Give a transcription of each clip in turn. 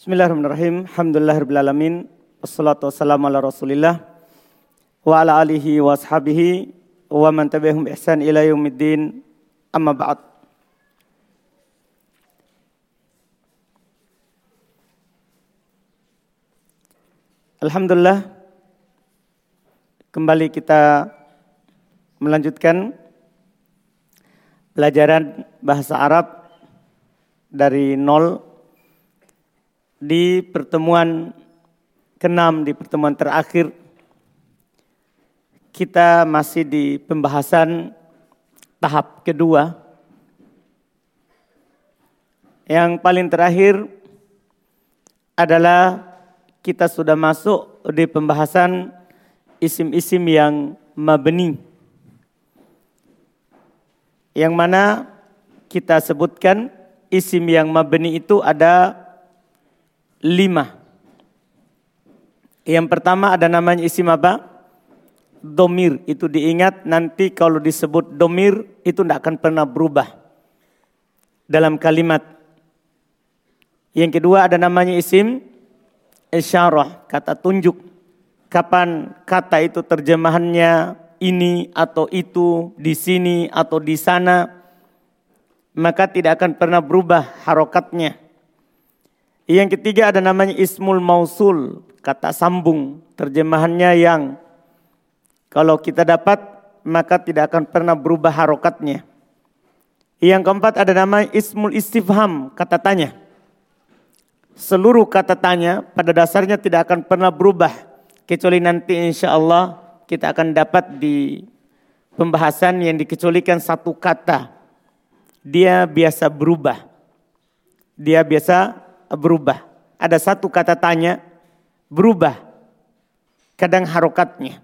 Bismillahirrahmanirrahim. Alhamdulillahirabbil alamin. Wassalatu wassalamu ala Rasulillah wa ala alihi wa ashabihi wa man tabi'ahum bi ihsan ila yaumiddin. Amma ba'd. Alhamdulillah, kembali kita melanjutkan pelajaran bahasa Arab dari nol di pertemuan ke-6, di pertemuan terakhir. Kita masih di pembahasan tahap kedua. Yang paling terakhir adalah kita sudah masuk di pembahasan isim-isim yang mabni. Yang mana kita sebutkan isim yang mabni itu ada 5. Yang pertama ada namanya isim apa? Domir. Itu diingat, nanti kalau disebut domir itu tidak akan pernah berubah dalam kalimat. Yang kedua ada namanya isim isyarah, kata tunjuk. Kapan kata itu terjemahannya ini atau itu, di sini atau di sana, maka tidak akan pernah berubah harokatnya. Yang ketiga ada namanya ismul mausul, kata sambung, terjemahannya yang kalau kita dapat maka tidak akan pernah berubah harokatnya. Yang keempat ada namanya ismul istifham, kata tanya. Seluruh kata tanya pada dasarnya tidak akan pernah berubah, kecuali nanti insya Allah kita akan dapat di pembahasan yang dikecualikan satu kata. Dia biasa berubah. Ada satu kata tanya berubah kadang harokatnya.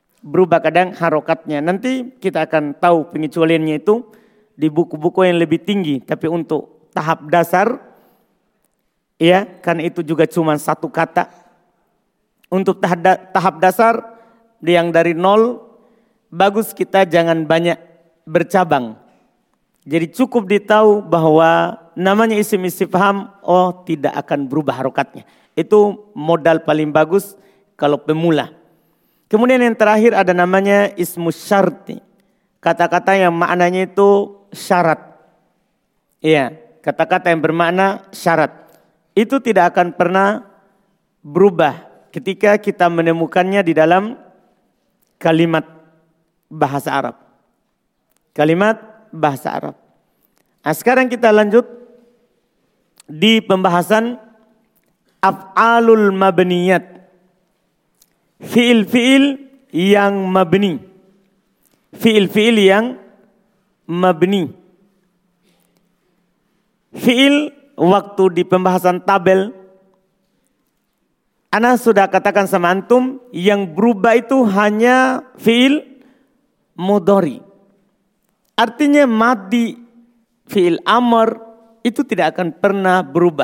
Nanti kita akan tahu pengecualiannya itu di buku-buku yang lebih tinggi. Tapi untuk tahap dasar, ya, karena itu juga cuma satu kata. Untuk tahap dasar yang dari nol, bagus kita jangan banyak bercabang. Jadi cukup ditahu bahwa namanya isim istifham, tidak akan berubah harokatnya. Itu modal paling bagus kalau pemula. Kemudian yang terakhir ada namanya ismu syarti. Kata-kata yang maknanya itu syarat. Iya, kata-kata yang bermakna syarat. Itu tidak akan pernah berubah ketika kita menemukannya di dalam kalimat bahasa Arab. Nah, sekarang kita lanjut di pembahasan af'alul mabniyat. Fi'il-fi'il yang mabni. Fi'il waktu di pembahasan tabel, ana sudah katakan sama antum yang berubah itu hanya fi'il mudhari. Artinya madi, fi'il amr itu tidak akan pernah berubah.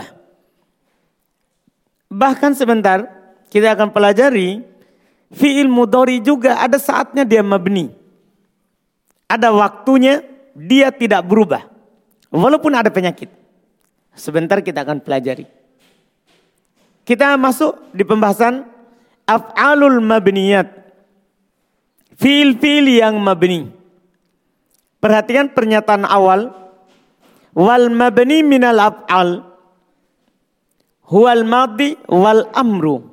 Bahkan sebentar kita akan pelajari fi'il mudhari juga ada saatnya dia mabni. Ada waktunya dia tidak berubah. Walaupun ada penyakit. Sebentar kita akan pelajari. Kita masuk di pembahasan af'alul mabniyat. Fi'il-fi'il yang mabni. Perhatikan pernyataan awal. Wal mabni minal af'al huwal madi wal amru.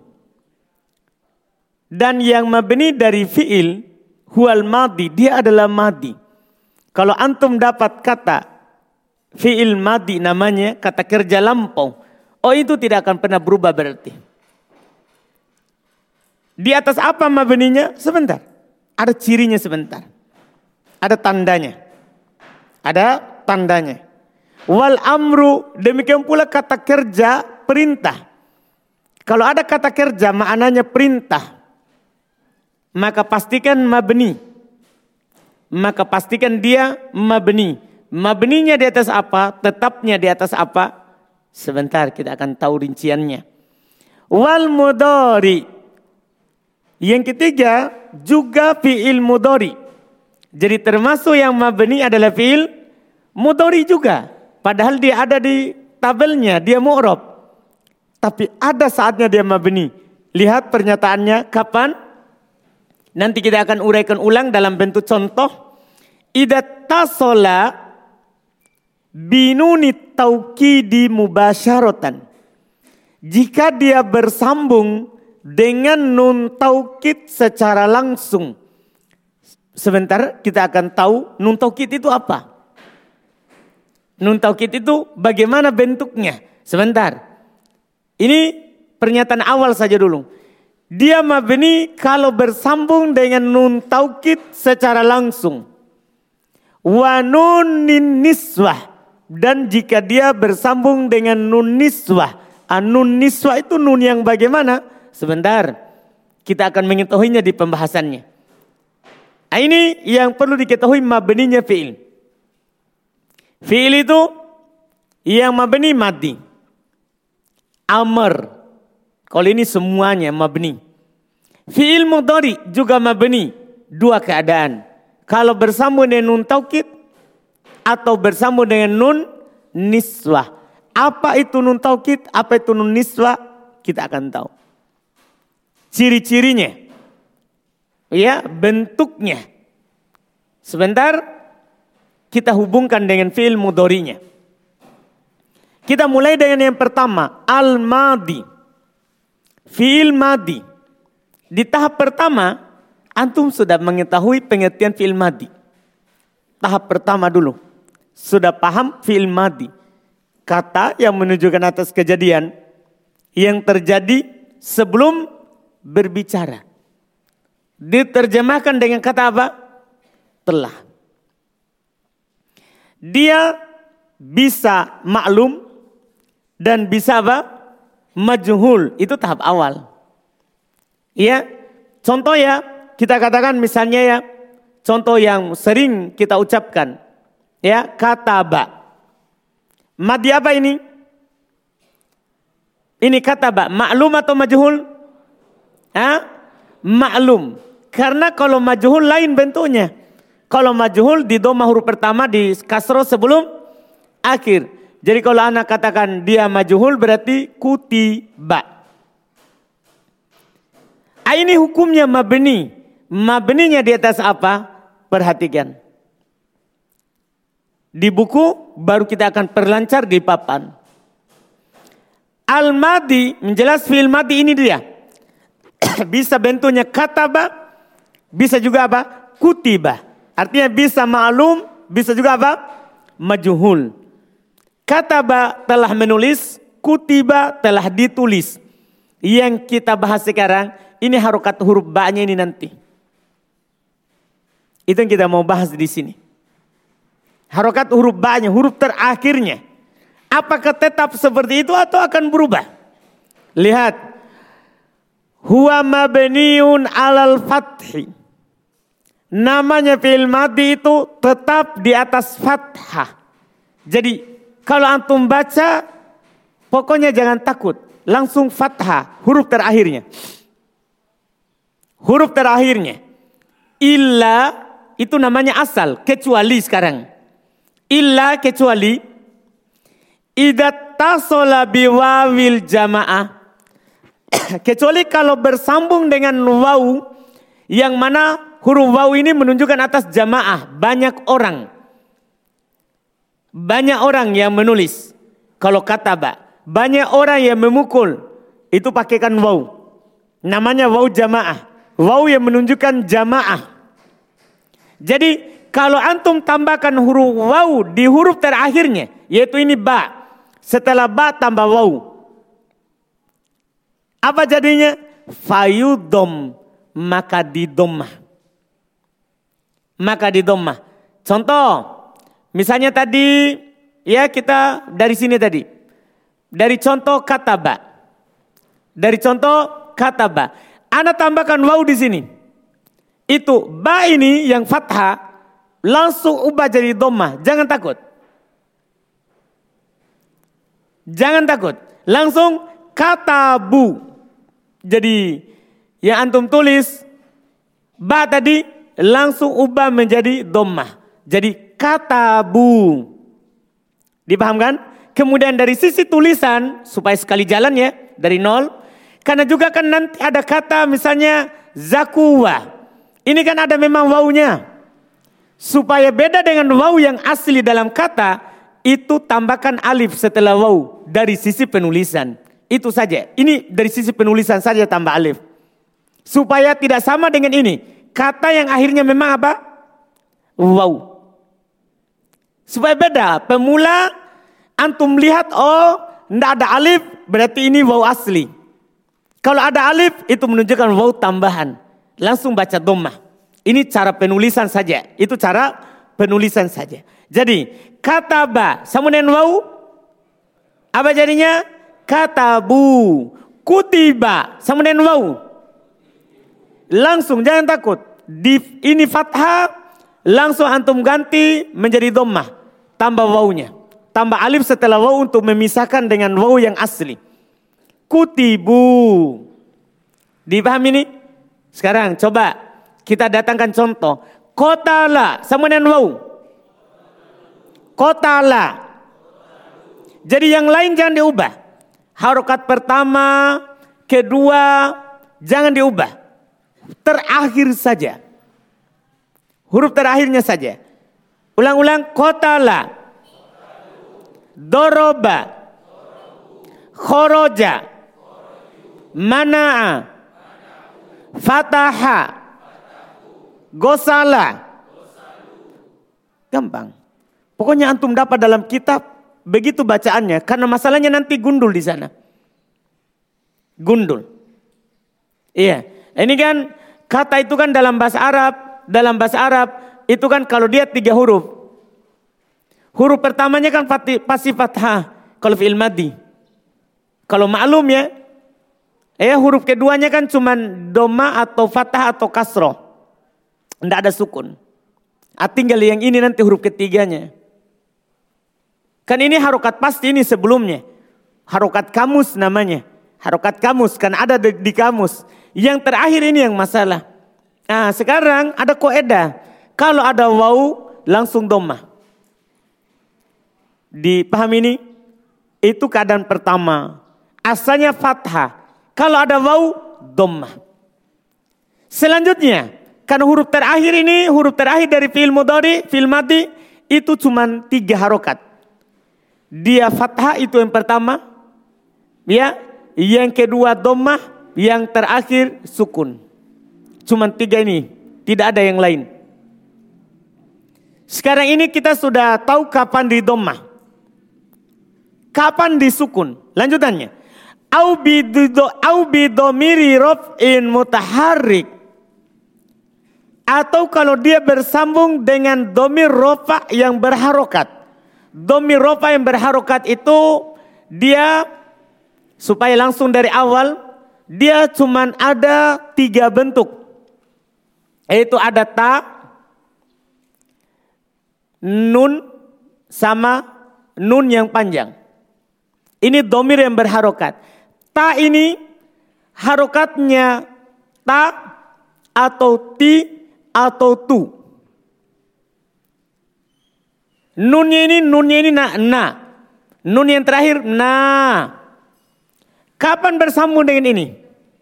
Dan yang mabni dari fi'il huwal madi, dia adalah madi. Kalau antum dapat kata fi'il madi namanya kata kerja lampau, itu tidak akan pernah berubah berarti. Di atas apa mabninya? Sebentar. Ada cirinya sebentar. Ada tandanya. Wal amru, demikian pula kata kerja perintah. Kalau ada kata kerja maknanya perintah, maka pastikan mabni. Maka pastikan dia mabni. Mabninya di atas apa? Tetapnya di atas apa? Sebentar kita akan tahu rinciannya. Wal mudhari. Yang ketiga juga fi'il mudhari. Jadi termasuk yang mabni adalah fi'il mudhari juga. Padahal dia ada di tabelnya, dia mu'rab. Tapi ada saatnya dia mabni. Lihat pernyataannya kapan? Nanti kita akan uraikan ulang dalam bentuk contoh. Idza tasola binuni taukidi mubasyaratan. Jika dia bersambung dengan nun taukid secara langsung. Sebentar kita akan tahu nun taukid itu apa. Nun taukid itu bagaimana bentuknya. Sebentar. Ini pernyataan awal saja dulu. Dia mabni kalau bersambung dengan nun taukid secara langsung. Wa nunin niswah. Dan jika dia bersambung dengan nun niswah. Nun niswah itu nun yang bagaimana? Sebentar. Kita akan mengetahuinya di pembahasannya. Ini yang perlu diketahui mabninya fi'il. Fi'il itu yang mabni madi. Amr. Kalau ini semuanya mabni. Fi'il mudhari juga mabni. Dua keadaan. Kalau bersambung dengan nun taukid atau bersambung dengan nun niswah. Apa itu nun taukid? Apa itu nun niswah? Kita akan tahu. Ciri-cirinya. Ya, bentuknya. Sebentar kita hubungkan dengan fi'il mudhari'nya. Kita mulai dengan yang pertama, al-madi. Fi'il madi. Di tahap pertama, antum sudah mengetahui pengertian fi'il madi. Tahap pertama dulu. Sudah paham fi'il madi. Kata yang menunjukkan atas kejadian yang terjadi sebelum berbicara. Diterjemahkan dengan kata apa? Telah. Dia bisa maklum dan bisa apa? Majhul. Itu tahap awal. Ya, contoh ya, kita katakan misalnya ya, contoh yang sering kita ucapkan. Ya, kataba. Madi apa ini? Ini kataba, maklum atau majhul? Maklum. Karena kalau majhul lain bentuknya. Kalau majhul di dhamma huruf pertama di kasroh sebelum akhir. Jadi kalau anak katakan dia majhul berarti kutiba. Ini hukumnya mabni. Mabninya di atas apa? Perhatikan. Di buku baru kita akan perlancar di papan. Al-madi menjelas fi'il madi ini dia. Bisa bentuknya kataba, bisa juga apa? Kutiba. Artinya bisa ma'lum, bisa juga apa? Majhul. Kataba telah menulis, kutiba telah ditulis. Yang kita bahas sekarang, ini harokat huruf ba-nya ini nanti. Itu yang kita mau bahas di sini. Harokat huruf ba-nya, huruf terakhirnya. Apakah tetap seperti itu atau akan berubah? Lihat. Huwa mabniun alal fathi. Namanya fi'il madi itu tetap di atas fathah. Jadi kalau antum baca, pokoknya jangan takut. Langsung fathah, huruf terakhirnya. Huruf terakhirnya. Illa, itu namanya asal, kecuali sekarang. Illa, kecuali. Idza tasola biwawil jamaah. Kecuali kalau bersambung dengan waw. Yang mana huruf waw ini menunjukkan atas jamaah. Banyak orang. Banyak orang yang menulis. Kalau kataba. Banyak orang yang memukul. Itu pakaikan waw. Namanya waw jamaah. Waw yang menunjukkan jamaah. Jadi kalau antum tambahkan huruf waw di huruf terakhirnya. Yaitu ini ba. Setelah ba tambah waw. Apa jadinya? Fayudom. Maka didomah. Maka didomah. Contoh. Misalnya tadi, ya kita dari sini tadi. Dari contoh kataba. Dari contoh kataba. Ana tambahkan waw di sini. Itu ba ini yang fathah langsung ubah jadi dhammah. Jangan takut. Jangan takut. Langsung katabu. Jadi yang antum tulis ba tadi langsung ubah menjadi dhammah. Jadi katabu. Dipahamkan? Kemudian dari sisi tulisan supaya sekali jalan ya. dari nol. Karena juga kan nanti ada kata misalnya zakuwa. Ini kan ada memang wawunya. Supaya beda dengan wawu yang asli dalam kata, itu tambahkan alif setelah wawu dari sisi penulisan. Itu saja. Ini dari sisi penulisan saja tambah alif. Supaya tidak sama dengan ini. Kata yang akhirnya memang apa? Wawu. Supaya beda. Pemula antum lihat, oh tidak ada alif, berarti ini wawu asli. Kalau ada alif itu menunjukkan wawu tambahan. Langsung baca dhammah. Ini cara penulisan saja. Itu cara penulisan saja. Jadi kataba sama dengan wawu apa jadinya? Katabu. Kutiba sama dengan wawu. Langsung jangan takut. Ini fathah langsung antum ganti menjadi dhammah. Tambah wawunya. Tambah alif setelah wawu untuk memisahkan dengan wawu yang asli. Kutibu. Dipahami ini? Sekarang coba kita datangkan contoh. Kotala sama dengan wawu. Kotala. Jadi yang lain jangan diubah. Harokat pertama, kedua jangan diubah. Terakhir saja. Huruf terakhirnya saja. Ulang-ulang. Kotala. Doroba. Khoroja. Mana'a. Fataha. Gosala. Gampang. Pokoknya antum dapat dalam kitab begitu bacaannya. Karena masalahnya nanti gundul di sana. Gundul. Iya. Ini kan kata itu kan dalam bahasa Arab. Dalam bahasa Arab itu kan kalau dia 3 huruf. Huruf pertamanya kan pasti fathah. Kalau fi'il madhi. Kalau maklum ya. Huruf keduanya kan cuman doma atau fathah atau kasroh. Tidak ada sukun. Tinggal yang ini nanti huruf ketiganya. Kan ini harokat pasti ini sebelumnya. Harokat kamus namanya. Harokat kamus kan ada di kamus. Yang terakhir ini yang masalah. Nah sekarang ada koedah. Kalau ada wawu langsung dhammah. Dipahami ini? Itu keadaan pertama. Asalnya fathah. Kalau ada wawu dhammah. Selanjutnya. Karena huruf terakhir ini, huruf terakhir dari fi'il mudhari, fi'il madhi, itu cuma 3 harokat. Dia fathah itu yang pertama, ya, yang kedua dhammah, yang terakhir sukun. Cuma 3 ini, tidak ada yang lain. Sekarang ini kita sudah tahu kapan di dhammah. Kapan di sukun. Lanjutannya. Au bi dhamiri raf'in mutaharrik. Atau kalau dia bersambung dengan dhamir rafa yang berharokat. Dhamir rafa yang berharokat itu dia supaya langsung dari awal dia cuman ada 3 bentuk. Yaitu ada ta, nun sama nun yang panjang. Ini dhamir yang berharokat. Ta ini harokatnya ta atau ti atau tu. Nunnya ini na. Nun yang terakhir na. Kapan bersambung dengan ini?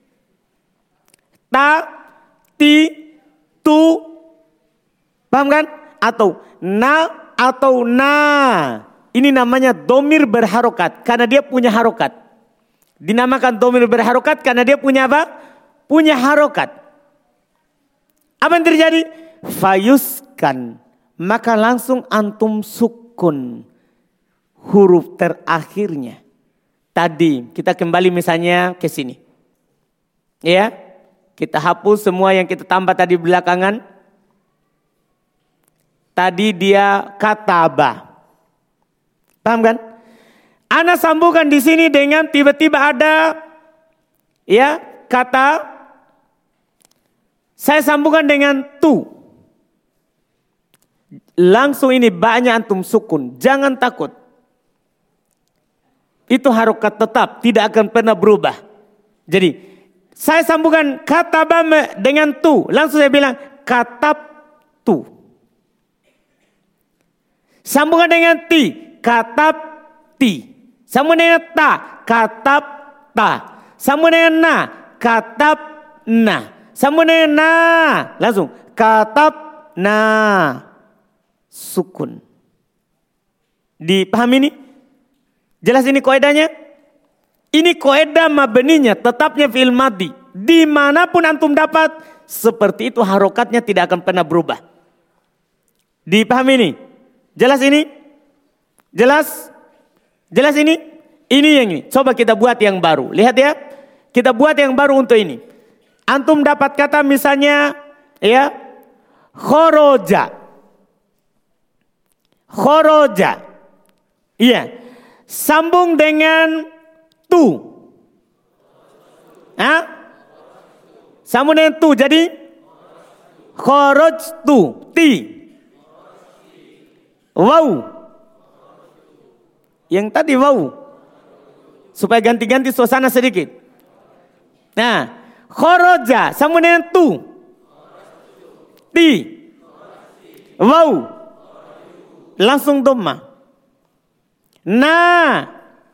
Ta, ti, tu. Paham kan? Atau na atau na. Ini namanya dhamir berharokat karena dia punya harokat. Dinamakan dhamir berharokat karena dia punya apa? Punya harokat. Apa yang terjadi? Fayuskan. Maka langsung antum sukun huruf terakhirnya. Tadi kita kembali misalnya ke sini. Ya. Kita hapus semua yang kita tambah tadi belakangan. Tadi dia kataba. Paham kan? Ana sambungkan di sini dengan tiba-tiba ada ya kata. Saya sambungkan dengan tu. Langsung ini banyak antum sukun. Jangan takut. Itu harokat tetap. Tidak akan pernah berubah. Jadi saya sambungkan kataba dengan tu. Langsung saya bilang katab tu. Sambungkan dengan ti. Katab ti. Sambungkan dengan ta. Katab ta. Sambung dengan na, katabna. Sambung dengan na, langsung katabna. Sukun. Dipahami ini? Jelas ini kaidahnya? Ini kaidah mabninya, tetapnya fi'il madhi. Dimanapun antum dapat, seperti itu harokatnya tidak akan pernah berubah. Dipahami ini? Jelas ini? Jelas? Jelas ini? Ini yang ini. Coba kita buat yang baru. Lihat ya. Kita buat yang baru untuk ini. Antum dapat kata misalnya ya, khoroja. Khoroja. Iya. Sambung dengan tu. Hah? Sambung dengan tu. Jadi kharajtu. Ti. Waw. Yang tadi waw. Supaya ganti-ganti suasana sedikit. Nah, khoroja sambung dengan tu. Ti. Waw. Langsung dhamma. Na.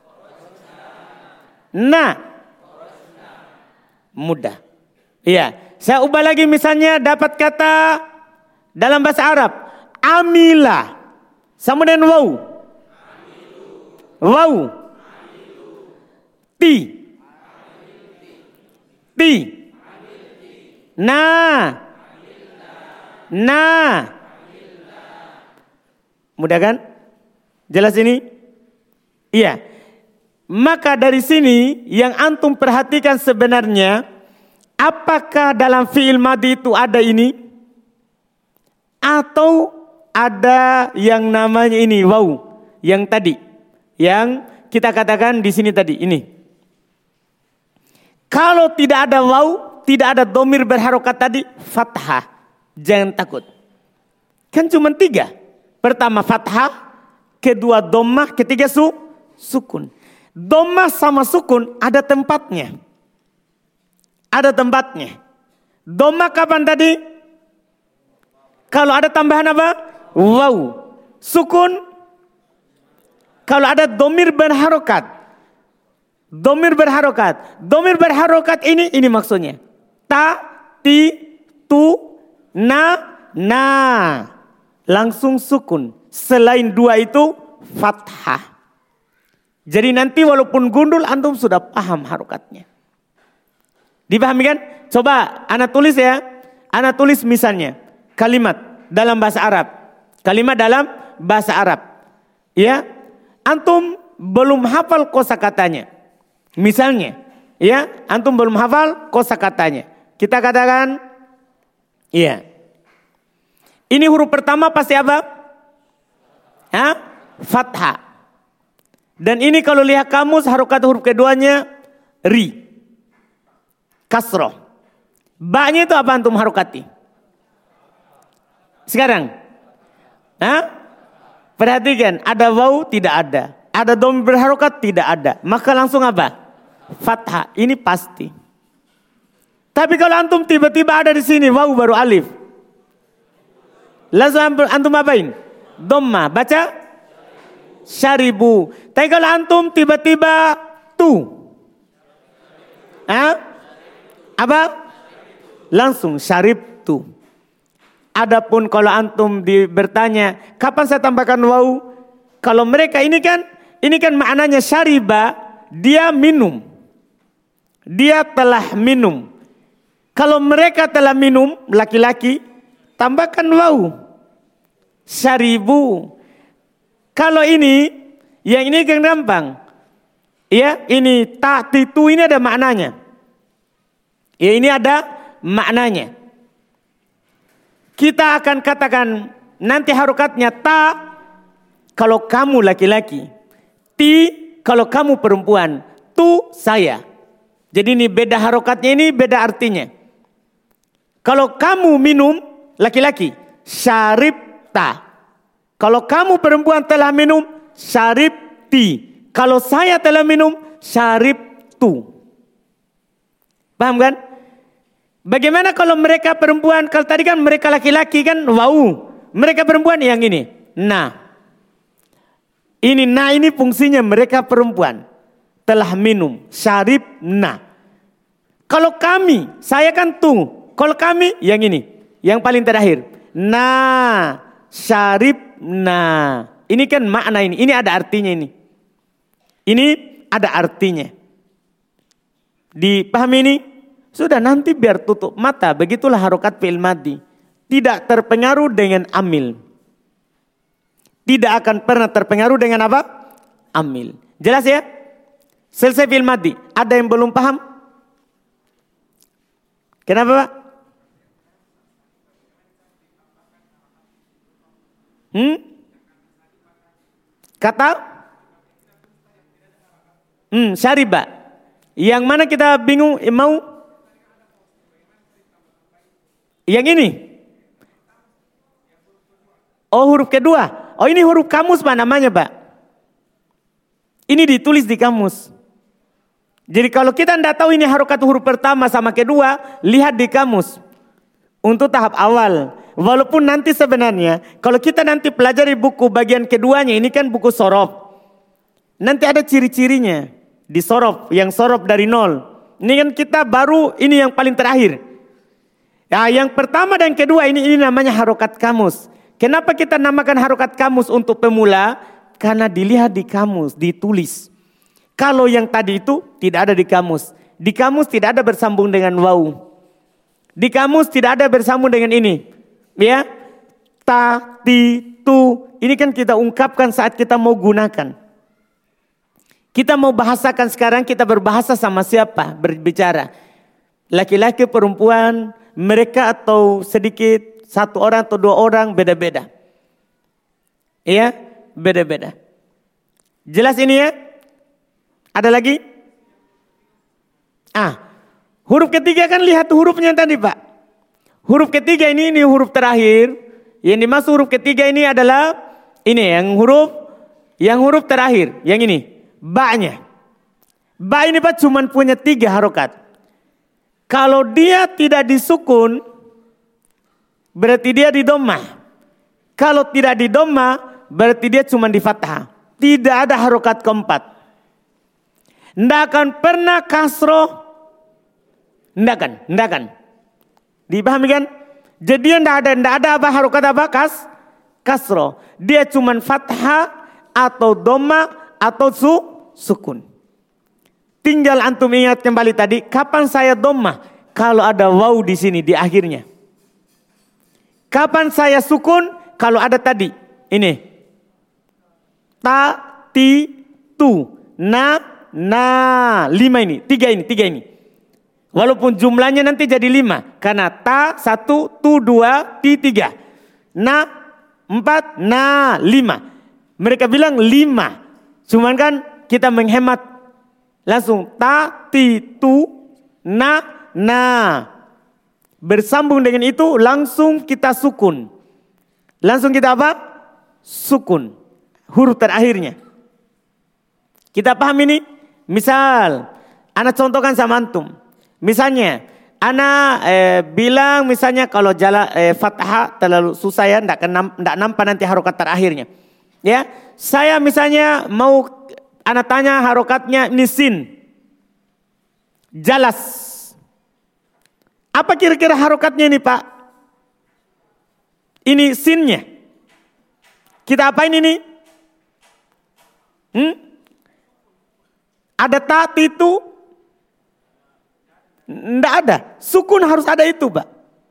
Mudah. Iya. Saya ubah lagi misalnya dapat kata dalam bahasa Arab. Amila. Sambung dengan waw. Waw. Ti. Ti. Na. Mudah kan? Jelas ini? Iya. Maka dari sini yang antum perhatikan sebenarnya, apakah dalam fi'il madhi itu ada ini? Atau ada yang namanya ini waw, yang tadi, yang kita katakan di sini tadi ini. Kalau tidak ada waw, tidak ada dhamir berharokat tadi, fathah. Jangan takut. Kan cuma 3. Pertama fathah, kedua dhammah, ketiga sukun. Dhammah sama sukun ada tempatnya. Ada tempatnya. Dhammah kapan tadi? Kalau ada tambahan apa? Waw. Sukun kalau ada dhamir berharokat. Dhamir berharokat ini maksudnya. Ta, ti, tu, na. Langsung sukun. Selain 2 itu fathah. Jadi nanti walaupun gundul antum sudah paham harokatnya. Dipahami kan? Coba ana tulis ya. Ana tulis misalnya kalimat dalam bahasa Arab. Kalimat dalam bahasa Arab. Ya. Antum belum hafal kosakatanya. Misalnya, ya, antum belum hafal kosakatanya. Kita katakan, iya. Ini huruf pertama pasti apa? Hah? Fathah. Dan ini kalau lihat kamus harokat huruf keduanya ri. Kasroh. Ba-nya itu apa antum harokati? Sekarang. Hah? Perhatikan, ada waw tidak ada. Ada dhamir berharokat tidak ada. Maka langsung apa? Fathah, ini pasti. Tapi kalau antum tiba-tiba ada di sini waw baru alif, langsung antum apain? Dhamma, baca syaribu. Tapi kalau antum tiba-tiba tu, apa? Langsung syarib tu. Adapun kalau antum bertanya, kapan saya tambahkan waw? Kalau mereka ini kan maknanya syariba, dia minum. Dia telah minum. Kalau mereka telah minum, laki-laki, tambahkan waw. Syaribu. Kalau ini, yang ini kan gampang. Ya, ini ta, titu ini ada maknanya. Ya, ini ada maknanya. Kita akan katakan nanti harokatnya ta kalau kamu laki-laki. Ti kalau kamu perempuan. Tu saya. Jadi ini beda harokatnya, ini beda artinya. Kalau kamu minum, laki-laki, syaribta. Kalau kamu perempuan telah minum, syaribti. Kalau saya telah minum, syaribtu. Paham kan? Bagaimana kalau mereka perempuan? Kalau tadi kan mereka laki-laki kan, wow. Mereka perempuan yang ini. Nah. Ini fungsinya mereka perempuan. telah minum. Syaribna. Kalau kami, saya kan tu. Kalau kami, yang ini. Yang paling terakhir. Na, syaribna. Ini kan makna ini. Ini ada artinya ini. Ini ada artinya. Dipahami ini? Sudah, nanti biar tutup mata. Begitulah harokat fi'il madhi. Tidak terpengaruh dengan amil. Tidak akan pernah terpengaruh dengan apa? Amil. Jelas ya? Selesai fi'il madhi. Ada yang belum paham? Kenapa Pak? Kata? Syariba. Yang mana kita bingung mau? Yang ini? Oh, huruf kedua. Oh, ini huruf kamus Pak namanya Pak. Ini ditulis di kamus. Jadi kalau kita tidak tahu ini harokat huruf pertama sama kedua, lihat di kamus. Untuk tahap awal. Walaupun nanti sebenarnya, kalau kita nanti pelajari buku bagian keduanya, ini kan buku sorof. Nanti ada ciri-cirinya. Di sorof, yang sorof dari nol. Ini kan kita baru, ini yang paling terakhir. Ya, yang pertama dan kedua ini namanya harokat kamus. Kenapa kita namakan harokat kamus untuk pemula? Karena dilihat di kamus, ditulis. Kalau yang tadi itu tidak ada di kamus. Di kamus tidak ada bersambung dengan waw. Di kamus tidak ada bersambung dengan ini. Ya, ta, ti, tu. Ini kan kita ungkapkan saat kita mau gunakan. Kita mau bahasakan sekarang, kita berbahasa sama siapa? Berbicara. Laki-laki, perempuan, mereka atau sedikit, satu orang atau dua orang, beda-beda. Iya, beda-beda. Jelas ini ya? Ada lagi? Huruf ketiga kan lihat hurufnya tadi Pak. Huruf ketiga ini huruf terakhir. Yang dimaksud huruf ketiga ini adalah ini yang huruf terakhir. Yang ini, ba-nya. Ba ini Pak cuma punya 3 harokat. Kalau dia tidak disukun, berarti dia di dhammah. Kalau tidak di dhammah, berarti dia cuma di fathah. Tidak ada harokat keempat. Tidak akan pernah kasroh. Tidak akan. Dipahami kan? Jadi tidak ada apa harokat apa? Kasroh. Dia cuma fathah atau dhammah atau sukun. Tinggal antum ingat kembali tadi, kapan saya dhammah? Kalau ada waw di sini di akhirnya. Kapan saya sukun? Kalau ada tadi ini. Ta, ti, tu, na, 5 ini, 3 ini. Walaupun jumlahnya nanti jadi 5. Karena ta 1, tu 2, ti 3. Na 4, na 5. Mereka bilang 5. Cuman kan kita menghemat. Langsung ta, ti, tu, na. Bersambung dengan itu langsung kita sukun. Langsung kita apa? Sukun. Huruf terakhirnya. Kita paham ini? Misal, ana contohkan sama antum. Misalnya, ana bilang misalnya kalau fathah terlalu susah ya, ndak nampak nanti harokat terakhirnya. Ya, saya misalnya mau ana tanya harokatnya ini sin. Jalas. Apa kira-kira harokatnya ini Pak? Ini sinnya. Kita apain ini? Ada ta itu? Tidak ada. Sukun harus ada itu Pak.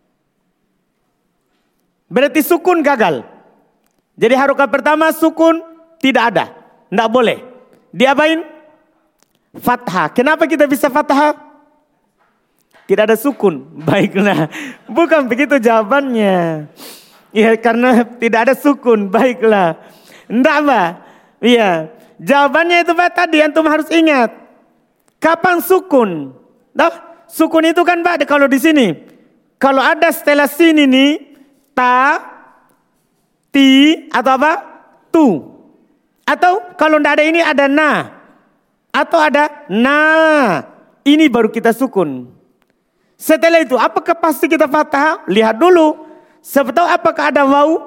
Berarti sukun gagal. Jadi harokat pertama sukun tidak ada. Tidak boleh. Diapain? Fathah. Kenapa kita bisa fathah? Tidak ada sukun. Baiklah. Bukan begitu jawabannya. Ya karena tidak ada sukun. Baiklah. Tidak Pak. Iya. Jawabannya itu Pak tadi antum harus ingat. Kapan sukun? Nah, sukun itu kan Pak kalau di sini. Kalau ada setelah sini nih ta, ti atau apa? Tu. Atau kalau tidak ada ini ada na. Atau ada na. Ini baru kita sukun. Setelah itu apakah pasti kita fathah? Lihat dulu. Sebetulnya apakah ada waw?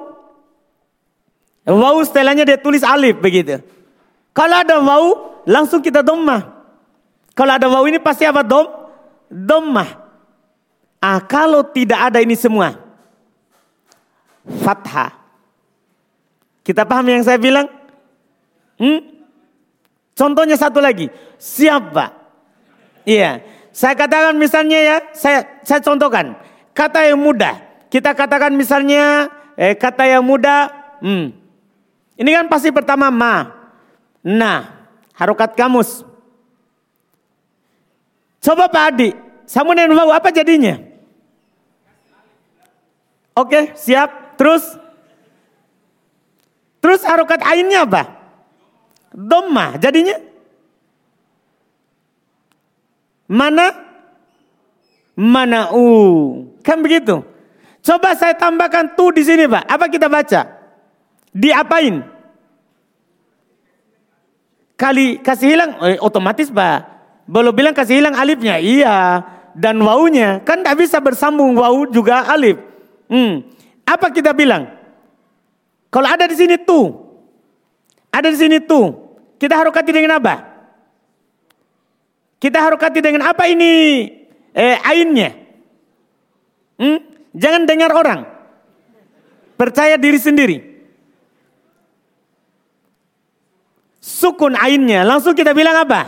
Waw setelahnya dia tulis alif begitu. Kalau ada waw, langsung kita dhammah. Kalau ada waw ini pasti apa? Dhammah. Kalau tidak ada ini semua, fathah. Kita paham yang saya bilang? Contohnya satu lagi. Siapa? Iya. Saya katakan misalnya ya, saya contohkan. Kata yang mudah. Kita katakan misalnya kata yang mudah. Ini kan pasti pertama ma. Nah, harokat kamus. Coba Pak Adi, sama dengan waw apa jadinya? Oke, siap. Terus harokat ainnya apa? Dhammah. Jadinya? Mana'u. Kan begitu. Coba saya tambahkan tu di sini Pak. Apa kita baca? Diapain? Kali kasih hilang, otomatis Pak. Belum bilang kasih hilang alifnya. Iya. Dan wawunya. Kan tidak bisa bersambung wawu juga alif. Apa kita bilang? Kalau ada di sini tu. Ada di sini tu. Kita harokati dengan apa? Kita harokati dengan apa ini? Ainnya. Jangan dengar orang. Percaya diri sendiri. Sukun ainnya. Langsung kita bilang apa?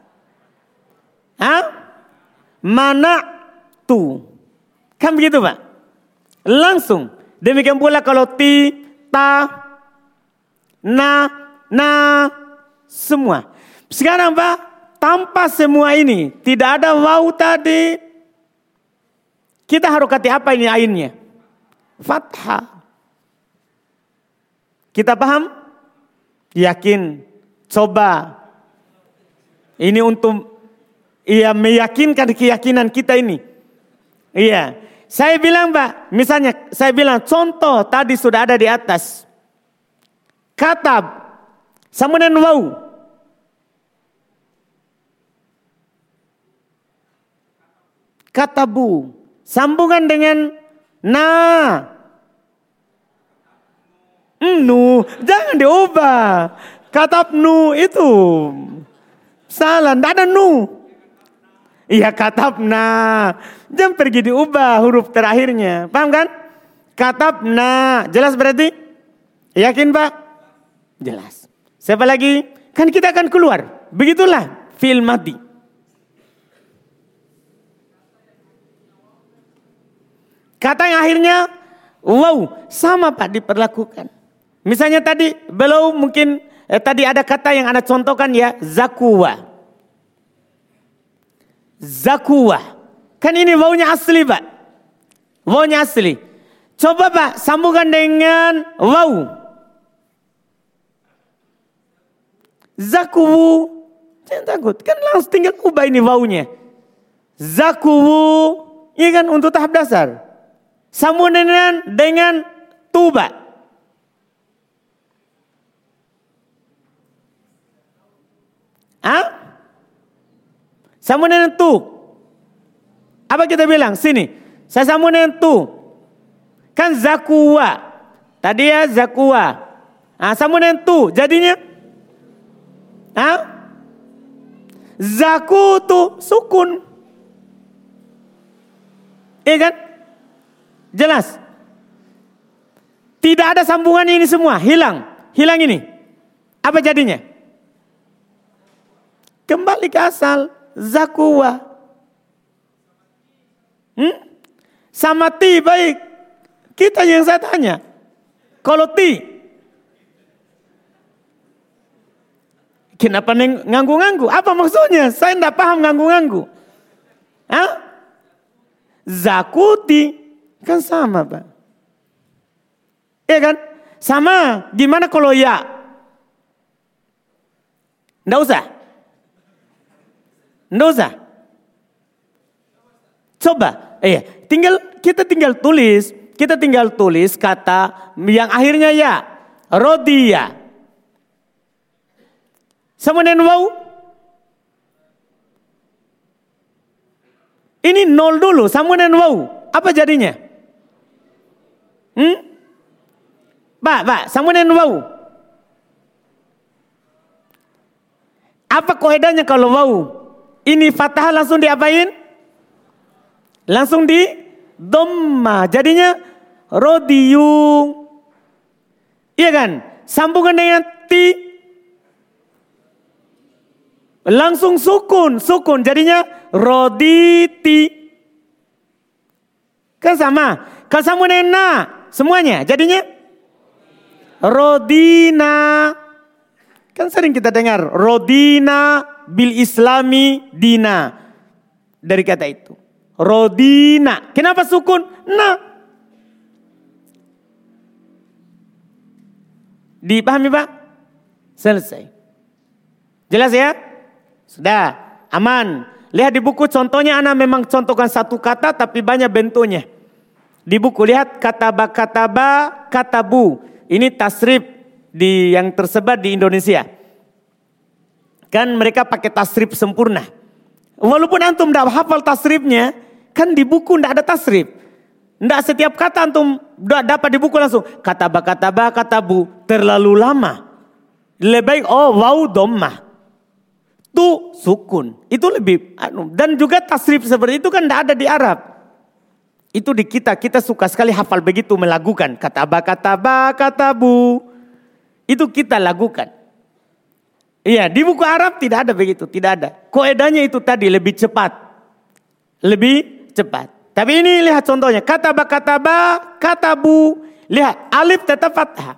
Mana tu. Kan begitu Pak? Langsung. Demikian pula kalau ti, ta, na, semua. Sekarang Pak, tanpa semua ini, tidak ada waw tadi. Kita harokati apa ini ainnya? Fathah. Kita paham? Yakin? Coba. Ini untuk meyakinkan keyakinan kita ini. Iya. Saya bilang Pak, misalnya saya bilang contoh tadi sudah ada di atas. Katab sama dengan waw. Katabu. Sambungan dengan na. Nu. Jangan diubah. Katab nu itu. Salah. Tidak ada nu. Iya katabna. Jangan pergi diubah huruf terakhirnya. Paham kan? Katabna. Jelas berarti? Yakin Pak? Jelas. Siapa lagi? Kan kita akan keluar. Begitulah fi'il madhi. Kata yang akhirnya wow. Sama Pak diperlakukan. Misalnya tadi belum mungkin tadi ada kata yang Anda contohkan ya. Zakuwa. Zakuwa. Kan ini wawunya asli Pak. Wawunya asli. Coba Pak sambungkan dengan waw. Zakuwu. Jangan takut. Kan langsung tinggal ubah ini wawunya. Zakuwu. Ini kan untuk tahap dasar. Sambungan dengan tuba. Sambung dengan tu. Apa kita bilang? Sini. Saya sambung dengan tu. Kan zakuwa. Tadi ya zakuwa. Sambung dengan tu. Jadinya? Zakutu. Sukun. Iya kan? Jelas. Tidak ada sambungan ini semua. Hilang. Hilang ini. Apa jadinya? Kembali ke asal. Zakuwa. Sama ti baik. Kita yang saya tanya. Kalau ti. Kenapa nganggu-nganggu? Apa maksudnya? Saya tidak paham nganggu-nganggu. Zakuti. Kan sama Pak. Iya kan? Sama. Gimana kalau ya? Tidak usah. Tidak usah. Coba. Kita tinggal tulis. Kita tinggal tulis kata yang akhirnya ya. Rodiya. Sama dengan waw. Ini nol dulu. Sama dengan waw. Apa jadinya? Pak. Sama dengan waw. Apa kaidahnya kalau waw? Ini fathah langsung diapain? Langsung di dhamma. Jadinya rodiyu. Iya kan? Sambungan dengan ti. Langsung sukun. Jadinya roditi. Kan sama. Kalau sambung dengan na. Semuanya. Jadinya rodina. Kan sering kita dengar. Rodina bil islami dina. Dari kata itu. Rodina. Kenapa sukun? Na. Dipahami Pak? Selesai. Jelas ya? Sudah. Aman. Lihat di buku contohnya Ana memang contohkan satu kata tapi banyak bentuknya. Di buku lihat kataba, katabu. Ini tasrif yang tersebar di Indonesia. Kan mereka pakai tasrif sempurna. Walaupun antum tidak hafal tasrifnya, kan di buku tidak ada tasrif. Tidak setiap kata antum dapat di buku langsung. Kataba, katabu. Terlalu lama. Lebih baik waw dhammah. Tu sukun. Itu lebih. Dan juga tasrif seperti itu kan tidak ada di Arab. Itu di kita. Kita suka sekali hafal begitu melakukan. Kataba, katabu. Itu kita lakukan. Iya, di buku Arab tidak ada begitu, tidak ada. Kaedahnya itu tadi lebih cepat. Lebih cepat. Tapi ini lihat contohnya, kataba, katabu. Lihat, alif tetap fathah.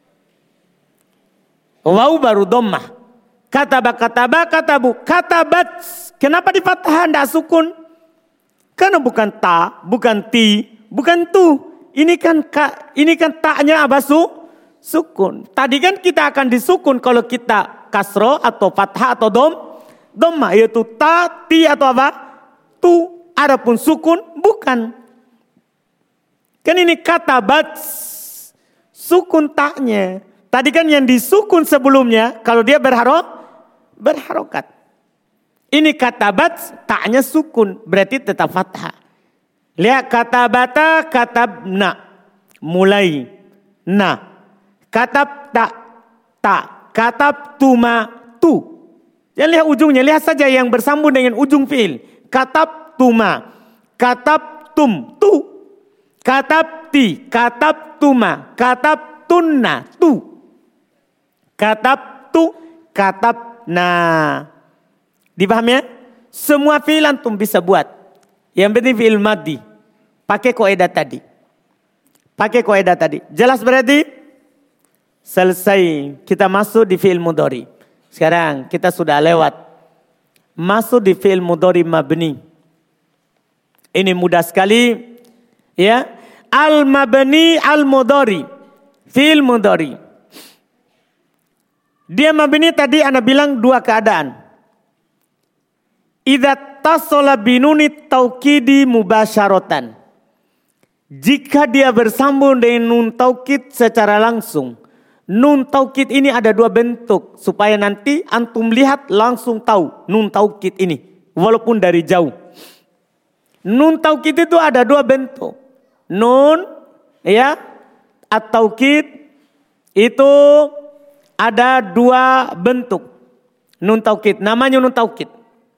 Waw baru dhammah. Kataba, katabu. Katabat. Kenapa di fathah tidak sukun? Karena bukan ta, bukan ti, bukan tu. Ini kan ta-nya apa sukun. Tadi kan kita akan disukun kalau kita kasro atau fathah atau dhamma. Yaitu ta, ti atau apa? Tu. Adapun sukun bukan. Kan ini katabat. Sukun taknya. Tadi kan yang disukun sebelumnya. Kalau dia berharokat. Ini katabat. Taknya sukun. Berarti tetap fathah. Lihat katabata, katabna. Mulai. Na. Katab ta, katab tuma tu. Jangan lihat ujungnya, lihat saja yang bersambung dengan ujung fiil. Katab tuma, katab tum tu, katab ti, katab tuma, katab tunna tu, katab tu, katab na. Dipahami ya? Semua fiil antum bisa buat. Yang penting fiil madhi. Pakai kaidah tadi. Jelas berarti? Selesai, kita masuk di fi'il mudhari. Sekarang kita sudah lewat. Masuk di fi'il mudhari mabni. Ini mudah sekali. Ya. Al-mabni al-mudhari. Fi'il mudhari. Dia mabni tadi Anda bilang dua keadaan. Idza tasala binuni taukidi mubasyaratan. Jika dia bersambung dengan nun taukid secara langsung. Nun taukid ini ada dua bentuk. Supaya nanti antum lihat langsung tahu nun taukid ini. Walaupun dari jauh. Nun taukid itu ada dua bentuk. Nun ya at-taukid itu ada dua bentuk. Nun taukid. Namanya nun taukid.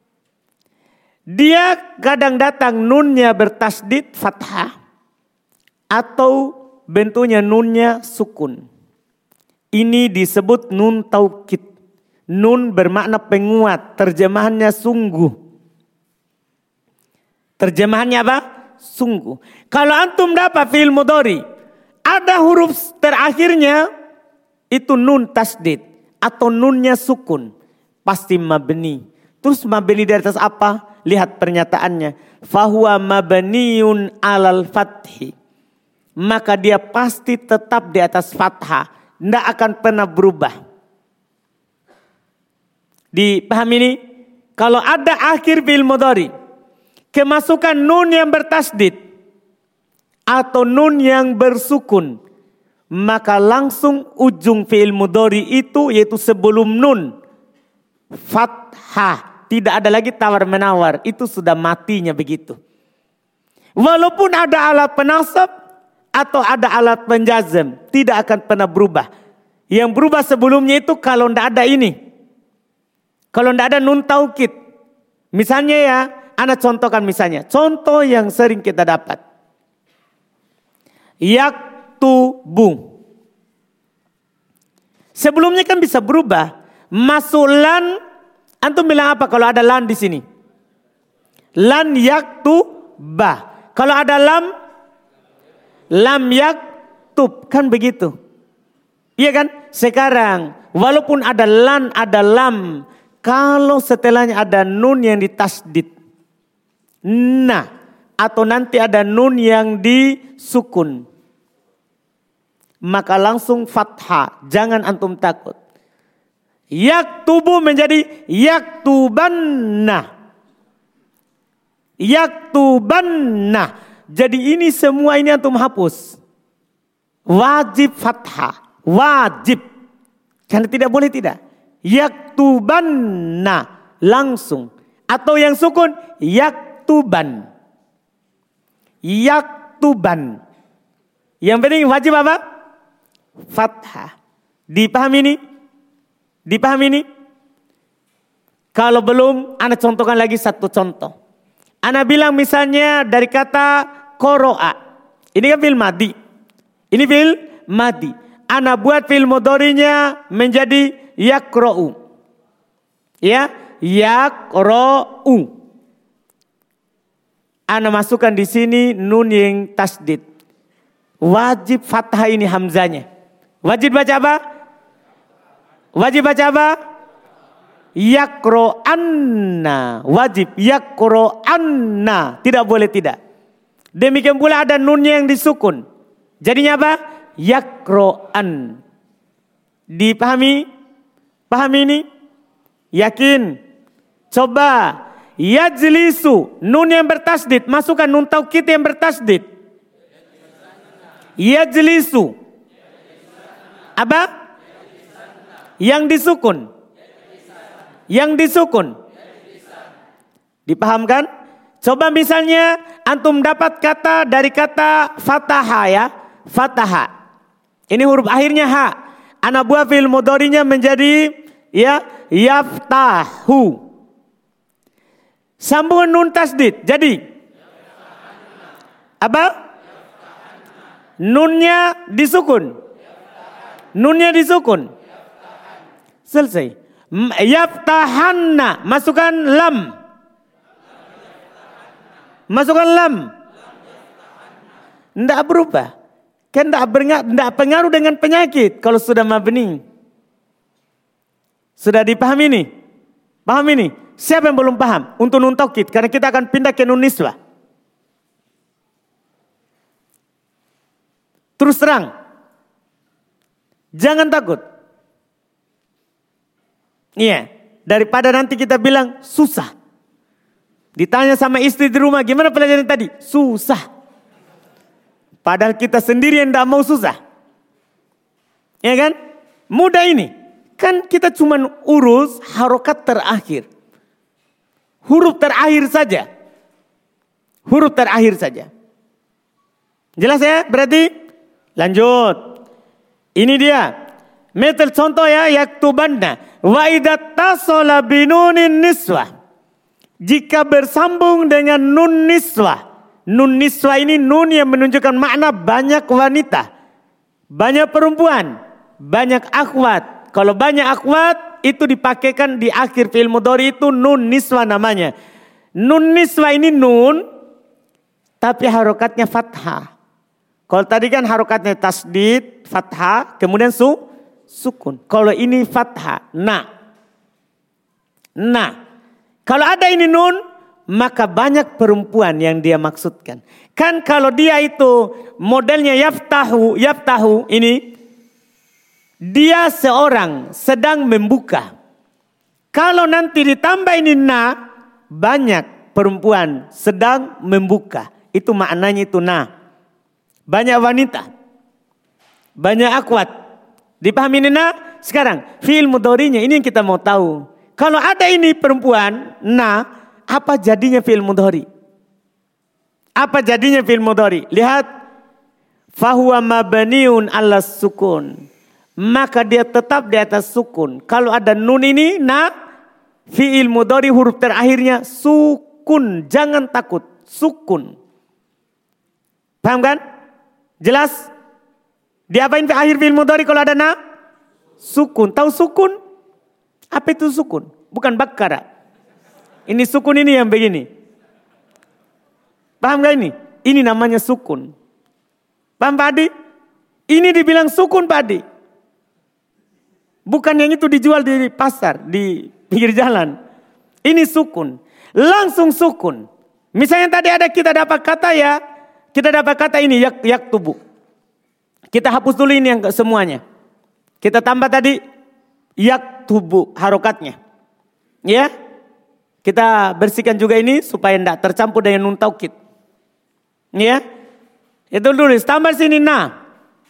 Dia kadang datang nunnya bertasdid fathah. Atau bentuknya nunnya sukun. Ini disebut nun taukid. Nun bermakna penguat. Terjemahannya sungguh. Terjemahannya apa? Sungguh. Kalau antum dapat fi'il mudhari. Ada huruf terakhirnya. Itu nun tasdid. Atau nunnya sukun. Pasti mabni. Terus mabni di atas apa? Lihat pernyataannya. Fahuwa mabniun alal fathi. Maka dia pasti tetap di atas fathah. Tidak akan pernah berubah. Dipahami ini? Kalau ada akhir fi'il mudhari. Kemasukan nun yang bertasdid. Atau nun yang bersukun. Maka langsung ujung fi'il mudhari itu. Yaitu sebelum nun. Fathah. Tidak ada lagi tawar menawar. Itu sudah matinya begitu. Walaupun ada alat penasab. Atau ada alat penjazm. Tidak akan pernah berubah. Yang berubah sebelumnya itu kalau tidak ada ini. Kalau tidak ada nun taukid. Misalnya ya, ana contohkan misalnya. Contoh yang sering kita dapat. Yaktubu. Sebelumnya kan bisa berubah. Masuk lan, antum bilang apa kalau ada lan di sini? Lan yaktuba. Kalau ada lam yaktub, kan begitu. Iya kan? Sekarang walaupun ada lan, ada lam, kalau setelahnya ada nun yang ditasdid, nah, atau nanti ada nun yang disukun, maka langsung fathah. Jangan antum takut. Yaktubu menjadi yaktubanna. Yaktubanna. Jadi ini semua ini antum hapus. Wajib fathah. Wajib. Karena tidak boleh tidak. Yaktubanna. Langsung. Atau yang sukun. Yaktuban. Yaktuban. Yang penting wajib apa? Fathah. Dipahami ini? Dipahami ini? Kalau belum, ana contohkan lagi satu contoh. Ana bilang misalnya dari kata koro'a. Ini kan fi'il madi. Ini fi'il madi. Ana buat fi'il mudhari'nya menjadi yakro'u. Ya, yakro'u. Ana masukkan di sini nun yang tasdid. Wajib fathah ini hamzanya. Wajib baca apa? Wajib baca apa? Yakro'anna. Wajib yakro'anna. Tidak boleh tidak. Demikian pula ada nunnya yang disukun. Jadinya apa? Yakro'an. Dipahami? Pahami ini? Yakin? Coba. Yajlisu. Nun yang bertasdid. Masukkan nun taukid yang bertasdid. Yajlisu. Apa? Yang disukun. Yang disukun. Dipahamkan? Coba misalnya antum dapat kata dari kata fataha ya. Fataha. Ini huruf akhirnya ha. Ana buat fi'il mudhari'nya menjadi ya yaftahu. Sambungan nun tasdid. Jadi apa? Nunnya disukun. Nunnya disukun. Selesai. Yaftahanna. Masukkan lam. Masukkan lam. Tidak berubah. Kan tidak pengaruh dengan penyakit. Kalau sudah mabni. Sudah dipahami ini? Paham ini? Siapa yang belum paham? Untuk nun taukid. Karena kita akan pindah ke nun niswah. Terus terang. Jangan takut. Iya. Daripada nanti kita bilang susah. Ditanya sama istri di rumah. Gimana pelajaran tadi? Susah. Padahal kita sendiri yang tidak mau susah. Ya kan? Mudah ini. Kan kita cuma urus harokat terakhir. Huruf terakhir saja. Huruf terakhir saja. Jelas ya? Berarti lanjut. Ini dia. Metel contoh ya. Yaktubanna. Wa idza tasala binunin niswah. Jika bersambung dengan nun niswah. Nun niswah ini nun yang menunjukkan makna banyak wanita. Banyak perempuan. Banyak akhwat. Kalau banyak akhwat itu dipakaikan di akhir fi'il mudhari itu nun niswah namanya. Nun niswah ini nun. Tapi harokatnya fathah. Kalau tadi kan harokatnya tasdid, fathah, kemudian sukun. Kalau ini fathah, na. Kalau ada ini nun, maka banyak perempuan yang dia maksudkan. Kan kalau dia itu modelnya yaftahu ini, dia seorang sedang membuka. Kalau nanti ditambah ini na, banyak perempuan sedang membuka. Itu maknanya itu na. Banyak wanita. Banyak akhwat. Dipahami ini na? Sekarang fi'il mudhari'nya ini yang kita mau tahu. Kalau ada ini perempuan na, apa jadinya fi'il mudhari'? Apa jadinya fi'il mudhari'? Lihat. Fahuwa mabniun 'ala sukun. Maka dia tetap di atas sukun. Kalau ada nun ini na, fi'il mudhari huruf terakhirnya sukun. Jangan takut, sukun. Paham kan? Jelas? Diapain akhir fi'il mudhari kalau ada na? Sukun. Tahu sukun? Apa itu sukun? Bukan bakara. Ini sukun ini yang begini. Paham gak ini? Ini namanya sukun. Paham Pak Adi? Ini dibilang sukun Pak Adi. Bukan yang itu dijual di pasar, di pinggir jalan. Ini sukun. Langsung sukun. Misalnya tadi ada kita dapat kata ya. Kita dapat kata ini yak tubuh. Kita hapus dulu ini yang semuanya. Kita tambah tadi yak tubuh harokatnya. Ya. Kita bersihkan juga ini supaya tidak tercampur dengan nun taukid. Ya. Itu dulu. Tambah sini na.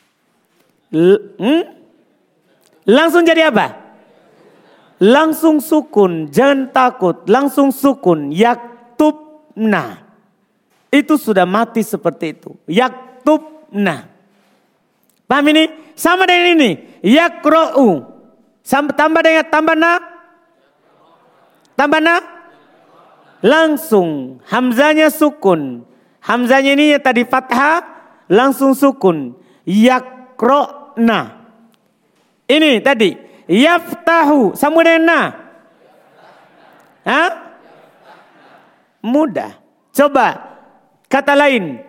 Langsung jadi apa? Langsung sukun. Jangan takut. Langsung sukun. Yaktubna. Itu sudah mati seperti itu. Yaktubna. Paham ini? Sama dengan ini. Yakro'u. Tambah dengan tambah na. Tambah na. Langsung. Hamzanya sukun. Hamzanya ini tadi fathah. Langsung sukun. Yakro'na. Ini tadi. Yaftahu. Sama dengan na. Hah? Mudah. Coba. Kata lain.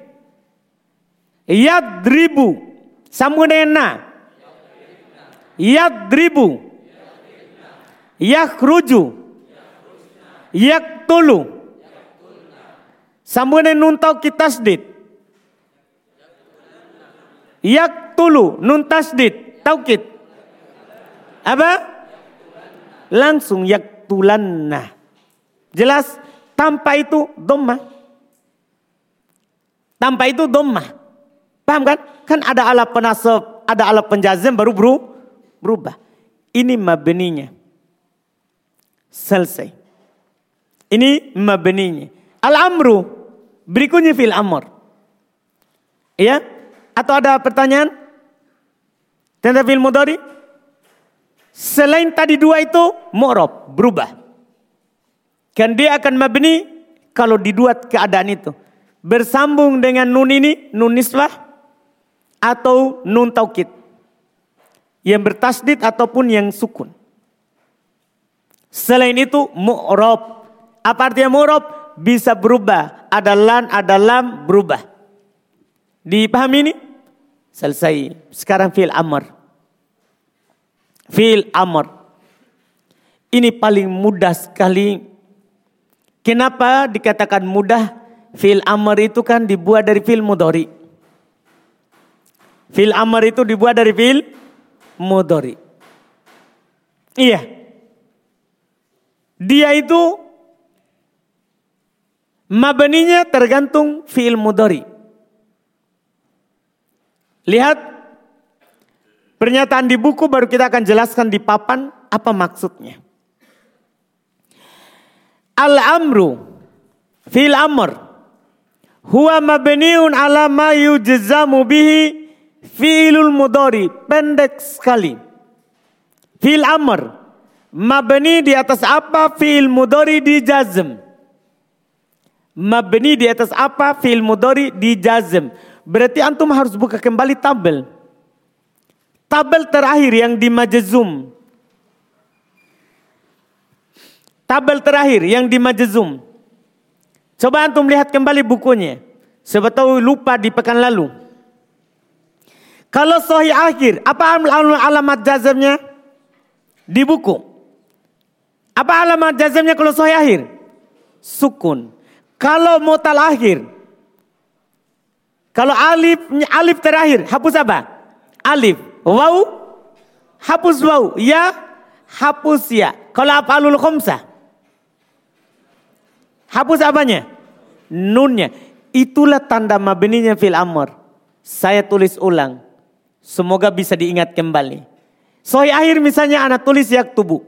Yadribu. Sama dengan na. Yadribu. Yakhruju. Yaktulu. Sama dengan nun taukid tasdid. Yaktulu. Nun tasdid. Taukid. Apa? Langsung yaktulanna. Jelas? Tanpa itu dhammah. Tanpa itu dhammah. Paham kan? Kan ada alat penasab, ada alat penjazm baru berubah. Ini mabninya. Selesai. Ini mabninya. Al-amru. Berikutnya fil amr. Ya? Atau ada pertanyaan? Tentang fil mudhari? Selain tadi dua itu mu'rab, berubah. Kan dia akan mabni kalau di dua keadaan itu. Bersambung dengan nun ini, nun nisbah atau nun taukid. Yang bertasdid ataupun yang sukun. Selain itu mu'rab. Apa artinya mu'rab? Bisa berubah. Ada lan, ada lam, berubah. Dipahami ini? Selesai. Sekarang fi'il amr. Fi'il amr. Ini paling mudah sekali. Kenapa dikatakan mudah? Fi'il amr itu kan dibuat dari fi'il mudhari. Fi'il amr itu dibuat dari fi'il mudhari. Iya. Dia itu mabninya tergantung fi'il mudhari. Lihat pernyataan di buku baru kita akan jelaskan di papan apa maksudnya. Al-amru fil amr huwa mabniun ala ma yujzamu bihi fi'ilul mudhari. Pendek sekali. Fil amr mabni di atas apa fi'il mudhari dijazm. Mabni di atas apa fi'il mudhari dijazm. Berarti antum harus buka kembali tabel. Tabel terakhir yang di majzum. Tabel terakhir yang di majzum. Coba antum lihat kembali bukunya. Siapa tahu lupa di pekan lalu. Kalau sahih akhir, apa alamat jazmnya? Di buku. Apa alamat jazmnya kalau sahih akhir? Sukun. Kalau mu'tal akhir. Kalau alif terakhir, hapus apa? Alif. Waw, hapus waw. Ya, hapus ya. Kalau af'alul khamsah, hapus apanya? Nunnya. Itulah tanda mabninya fil amr. Saya tulis ulang. Semoga bisa diingat kembali. Sahih akhir misalnya anak tulis yaktubu.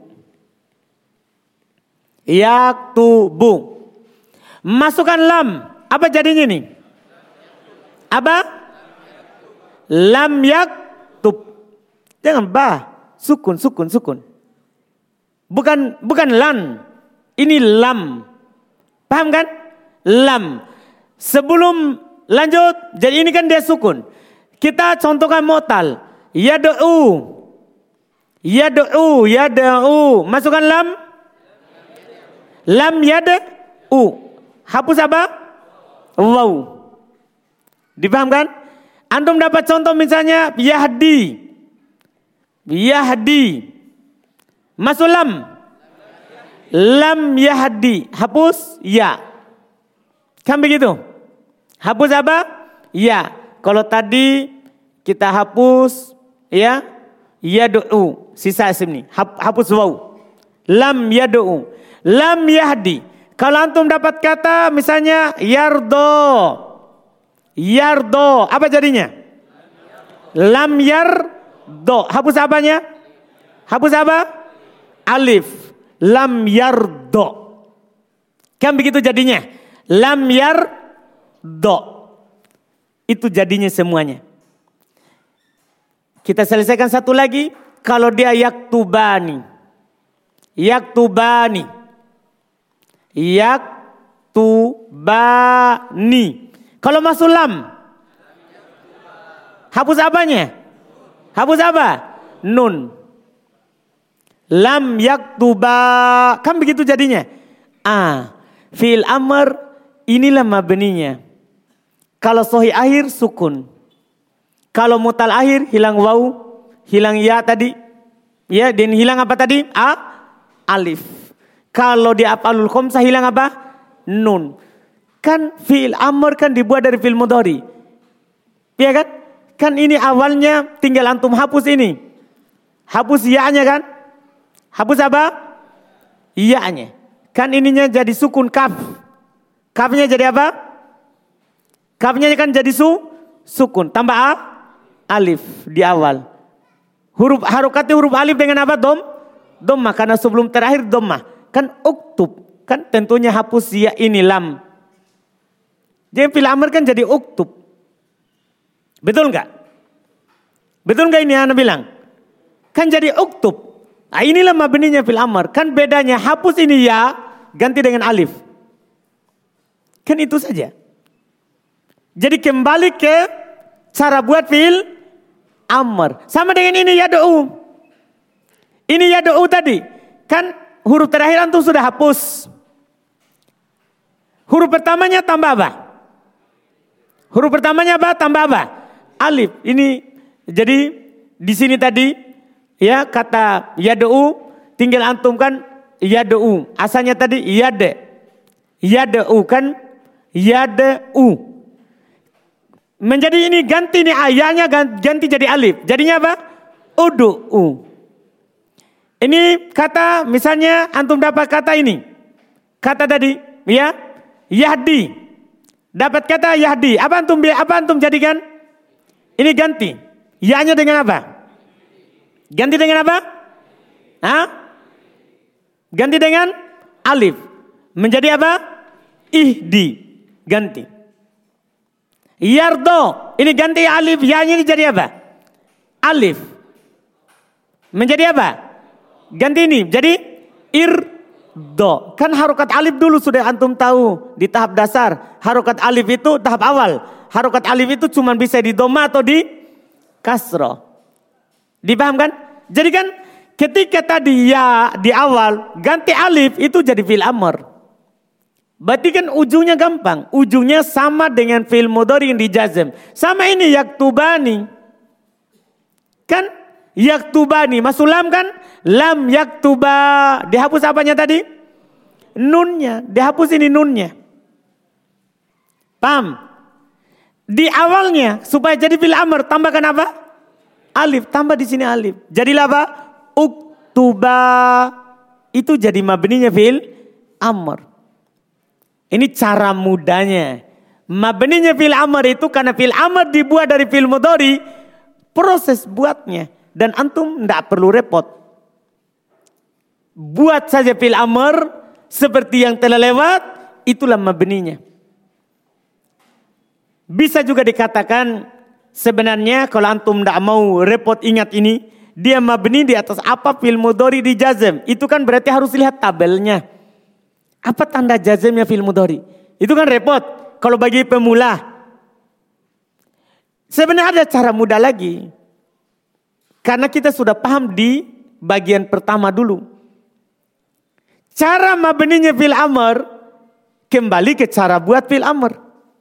Yaktubu. Masukkan lam. Apa jadinya nih? Apa? Lam yaktub. Jangan ba. Sukun. Bukan lan. Ini lam. Paham kan? Lam. Sebelum lanjut, jadi ini kan dia sukun. Kita contohkan mu'tal. Yad'u. Yad'u, yad'u. Masukkan lam. Lam yad'u. Hapus apa? Waw. Dipahamkan? Antum dapat contoh misalnya yahdi. Yahdi. Masuk lam. Lam yahdi. Hapus ya. Kan begitu? Hapus apa? Ya. Kalau tadi kita hapus ya yad'u. Sisa isim ni. Hapus waw. Lam yad'u. Lam yahdi. Kalau antum dapat kata misalnya yardo. Yardo. Apa jadinya? Lam yardo. Hapus apanya? Hapus apa? Alif. Lam yardo. Kan begitu jadinya? Lam yardo. Itu jadinya semuanya. Kita selesaikan satu lagi. Kalau dia yaktubani. Yaktubani. Yaktubani. Kalau masuk lam. Hapus apanya? Hapus apa? Nun. Lam yaktuba. Kan begitu jadinya. Fi'il amr inilah mabninya. Kalau sahih akhir sukun. Kalau mutal akhir hilang waw, hilang ya tadi. Ya, dan hilang apa tadi? Alif. Kalau di af'alul khamsah hilang apa? Nun. Kan fi'il amr kan dibuat dari fi'il mudhari. Iya kan? Kan ini awalnya tinggal antum hapus ini. Hapus ya-nya kan? Hapus apa? Ya-nya. Kan ininya jadi sukun kaf. Kafnya jadi apa? Kafnya kan jadi sukun. Tambah alif di awal. Harokatnya huruf alif dengan apa? Dhammah. Karena sebelum terakhir dhammah. Kan uktub. Kan tentunya hapus ya ini lam. Jadi fi'il amr kan jadi uktub. Betul enggak? Betul enggak ini Anda bilang? Kan jadi uktub. Nah, inilah mabninya fi'il amr. Kan bedanya hapus ini ya ganti dengan alif. Kan itu saja. Jadi kembali ke cara buat fi'il amr. Sama dengan ini yad'u. Ini yad'u tadi. Kan huruf terakhir antum sudah hapus. Huruf pertamanya tambah apa? Huruf pertamanya apa? Tambah apa? Alif. Ini jadi di sini tadi ya kata yad'u tinggal antum kan yad'u. Asalnya tadi yad. Yad'u kan yad'u. Menjadi ini ganti nih ayahnya ganti jadi alif. Jadinya apa? Udu'u. Ini kata misalnya antum dapat kata ini. Kata tadi ya yahdi. Dapat kata yahdi. Apa antum jadikan? Ini ganti. Ya-nya dengan apa? Ganti dengan apa? Ganti dengan alif. Menjadi apa? Ihdi. Ganti. Yardo. Ini ganti alif. Ya-nya ini jadi apa? Alif. Menjadi apa? Ganti ini. Jadi irdo. Kan harokat alif dulu sudah antum tahu. Di tahap dasar. Harokat alif itu tahap awal. Harokat alif itu cuma bisa di dhamma atau di kasroh. Dipahamkan? Jadi kan ketika tadi ya di awal ganti alif itu jadi fi'il amr. Berarti kan ujungnya gampang. Ujungnya sama dengan fi'il mudhari yang dijazm. Sama ini yaktubani. Kan yaktubani. Masuk lam kan? Lam yaktuba. Dihapus apanya tadi? Nunnya. Dihapus ini nunnya. Paham? Di awalnya supaya jadi fi'il amr tambahkan apa? Alif. Tambah di sini alif. Jadilah apa? Uktuba. Itu jadi mabninya fi'il amr. Ini cara mudahnya. Mabninya fi'il amr itu karena fi'il amr dibuat dari fi'il mudhari, proses buatnya dan antum tidak perlu repot. Buat saja fi'il amr seperti yang telah lewat, itulah mabninya. Bisa juga dikatakan sebenarnya kalau antum tidak mau repot ingat ini, dia mabni di atas apa fi'il mudhari di jazm. Itu kan berarti harus lihat tabelnya. Apa tanda jazmnya fi'il mudhari? Itu kan repot kalau bagi pemula. Sebenarnya ada cara mudah lagi. Karena kita sudah paham di bagian pertama dulu. Cara mabninya fi'il amr kembali ke cara buat fi'il amr.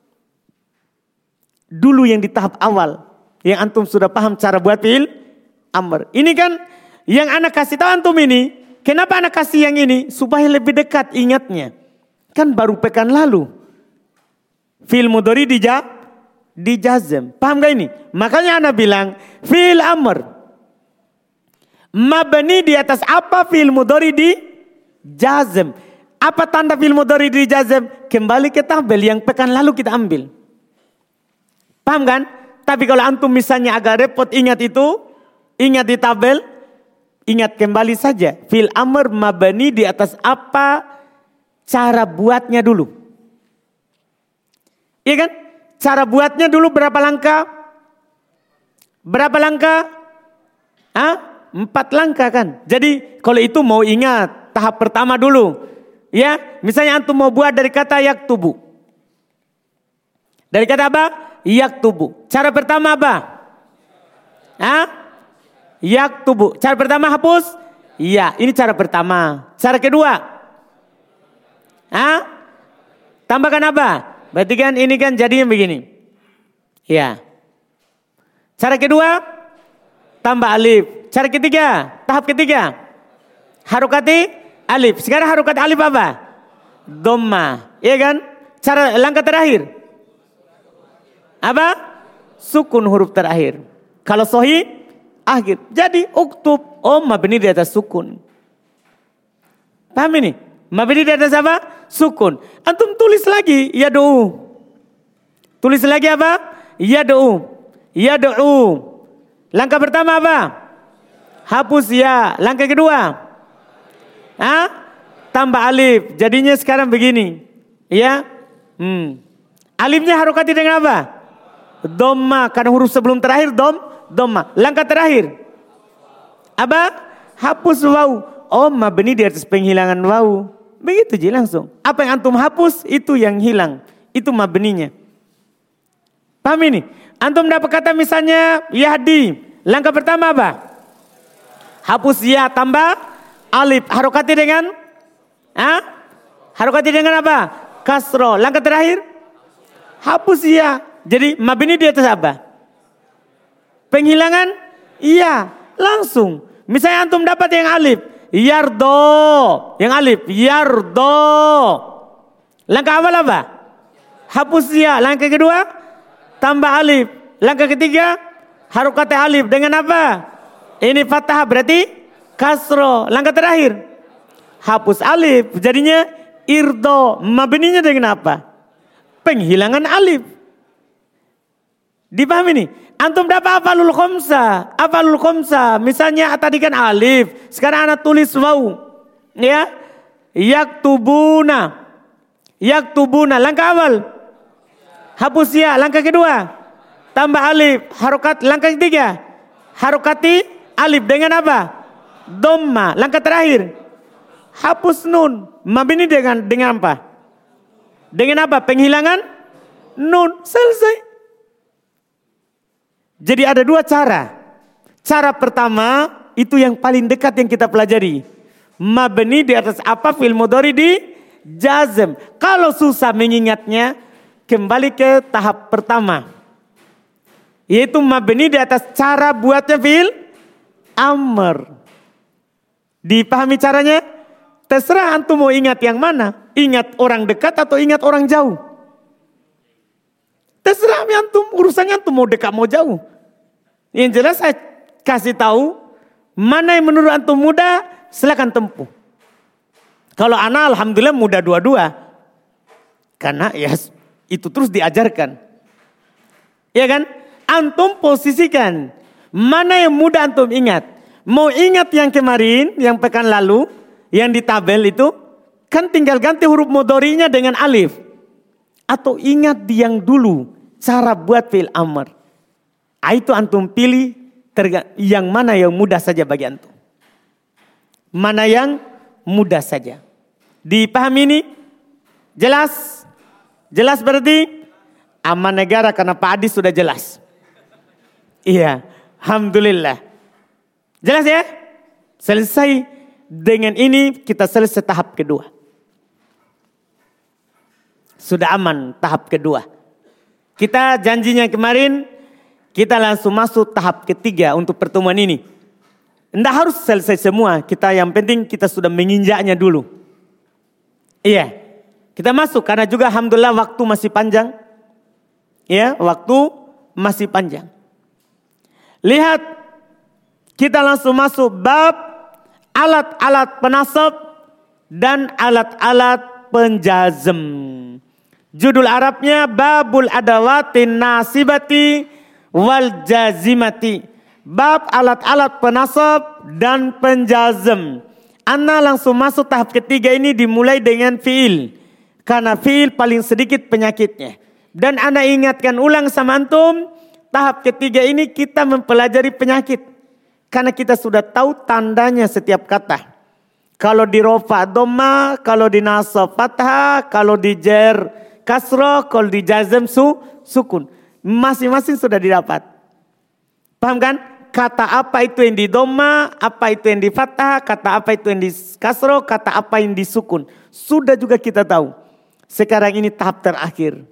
Dulu yang di tahap awal. Yang antum sudah paham cara buat fi'il amr. Ini kan yang anak kasih tahu antum ini. Kenapa anak kasih yang ini? Supaya lebih dekat ingatnya. Kan baru pekan lalu. Fi'il mudhari dijazm. Paham gak ini? Makanya anak bilang fi'il amr. Mabni di atas apa fi'il mudhari dijazm. Apa tanda fi'il mudhari dijazm? Kembali ke tabel yang pekan lalu kita ambil. Paham kan? Tapi kalau antum misalnya agak repot ingat itu, ingat di tabel, ingat kembali saja. Fi'il amr mabni di atas apa cara buatnya dulu. Iya kan? Cara buatnya dulu berapa langkah? Berapa langkah? 4 langkah kan? Jadi kalau itu mau ingat tahap pertama dulu. Ya, misalnya antum mau buat dari kata yaktubu. Dari kata apa? Yaktubu. Cara pertama apa? Yaktubu. Cara pertama hapus? Iya, ini cara pertama. Cara kedua? Tambahkan apa? Berarti kan ini kan jadinya begini. Ya. Cara kedua? Tambah alif. Cara ketiga? Tahap ketiga? Harokati alif. Sekarang harokat alif apa? Dhamma. Iya kan? Cara langkah terakhir? Apa? Sukun huruf terakhir. Kalau sahih, akhir. Jadi uktub. Mabni di atas sukun. Paham ini? Mabni di atas apa? Sukun. Antum tulis lagi. Yad'u. Tulis lagi apa? Yad'u. Yad'u. Langkah pertama apa? Hapus ya. Langkah kedua? Tambah alif. Jadinya sekarang begini. Ya. Alifnya harokati dengan apa? Dhamma, karena huruf sebelum terakhir dhamma. Langkah terakhir apa? Hapus waw. Mabni di atas penghilangan waw. Begitu je langsung. Apa yang antum hapus itu yang hilang. Itu mabninya. Paham ini? Antum dapat kata misalnya yahdi. Langkah pertama apa? Hapus ya tambah alif. Harokati dengan harokati dengan apa? Kasro. Langkah terakhir hapus ya. Jadi mabni di atas apa? Penghilangan? Iya, langsung. Misalnya antum dapat yang alif, yardo. Yang alif, yardo. Langkah awal apa? Hapus ya. Langkah kedua, tambah alif. Langkah ketiga, harokat alif. Dengan apa? Ini fathah berarti kasro. Langkah terakhir, hapus alif. Jadinya irdo. Mabninya dengan apa? Penghilangan alif. Dipahami nih? Antum dapat afalul khamsa. Afalul khamsa. Misalnya tadi kan alif. Sekarang anak tulis waw. Ya. Yaktubuna. Yaktubuna. Langkah awal. Hapus ya. Langkah kedua. Tambah alif. Harokat. Langkah ketiga. Harokati alif. Dengan apa? Dhamma. Langkah terakhir. Hapus nun. Mabni dengan apa? Dengan apa? Penghilangan nun. Selesai. Jadi ada dua cara. Cara pertama itu yang paling dekat yang kita pelajari. Mabni di atas apa? Fi'il mudhari di jazm. Kalau susah mengingatnya, kembali ke tahap pertama. Yaitu mabni di atas cara buatnya fi'il amr. Dipahami caranya? Terserah antum mau ingat yang mana. Ingat orang dekat atau ingat orang jauh. Terserah antum, urusannya antum mau dekat mau jauh. Yang jelas saya kasih tahu mana yang menurut antum mudah, silakan tempuh. Kalau ana alhamdulillah mudah dua-dua. Karena ya itu terus diajarkan. Ya kan? Antum posisikan mana yang mudah antum ingat. Mau ingat yang kemarin, yang pekan lalu, yang di tabel itu, kan tinggal ganti huruf mudhari'nya dengan alif. Atau ingat yang dulu, cara buat fi'il amr. Itu antum pilih yang mana yang mudah saja bagi antum. Mana yang mudah saja. Dipahami ini? Jelas? Jelas berarti aman negara karena Pak Adi sudah jelas. Iya, alhamdulillah. Jelas ya? Selesai dengan ini kita selesai tahap kedua. Sudah aman tahap kedua. Kita janjinya kemarin kita langsung masuk tahap ketiga untuk pertemuan ini. Tidak harus selesai semua, kita yang penting kita sudah menginjaknya dulu. Iya, kita masuk karena juga alhamdulillah waktu masih panjang. Ya, waktu masih panjang. Lihat, kita langsung masuk bab alat-alat penasab dan alat-alat penjazm. Judul Arabnya Babul Adawatin Nasibati wal Jazimati. Bab alat-alat penasab dan penjazm. Ana langsung masuk tahap ketiga ini dimulai dengan fiil. Karena fiil paling sedikit penyakitnya. Dan ana ingatkan ulang sama antum, tahap ketiga ini kita mempelajari penyakit. Karena kita sudah tahu tandanya setiap kata. Kalau di rofa dhamma, kalau di nasab fathah, kalau di jer kasroh, kalau di jazm sukun. Masing-masing sudah didapat. Paham kan? Kata apa itu yang di dhamma, apa itu yang di fathah, kata apa itu yang di kasroh, kata apa yang di sukun. Sudah juga kita tahu. Sekarang ini tahap terakhir.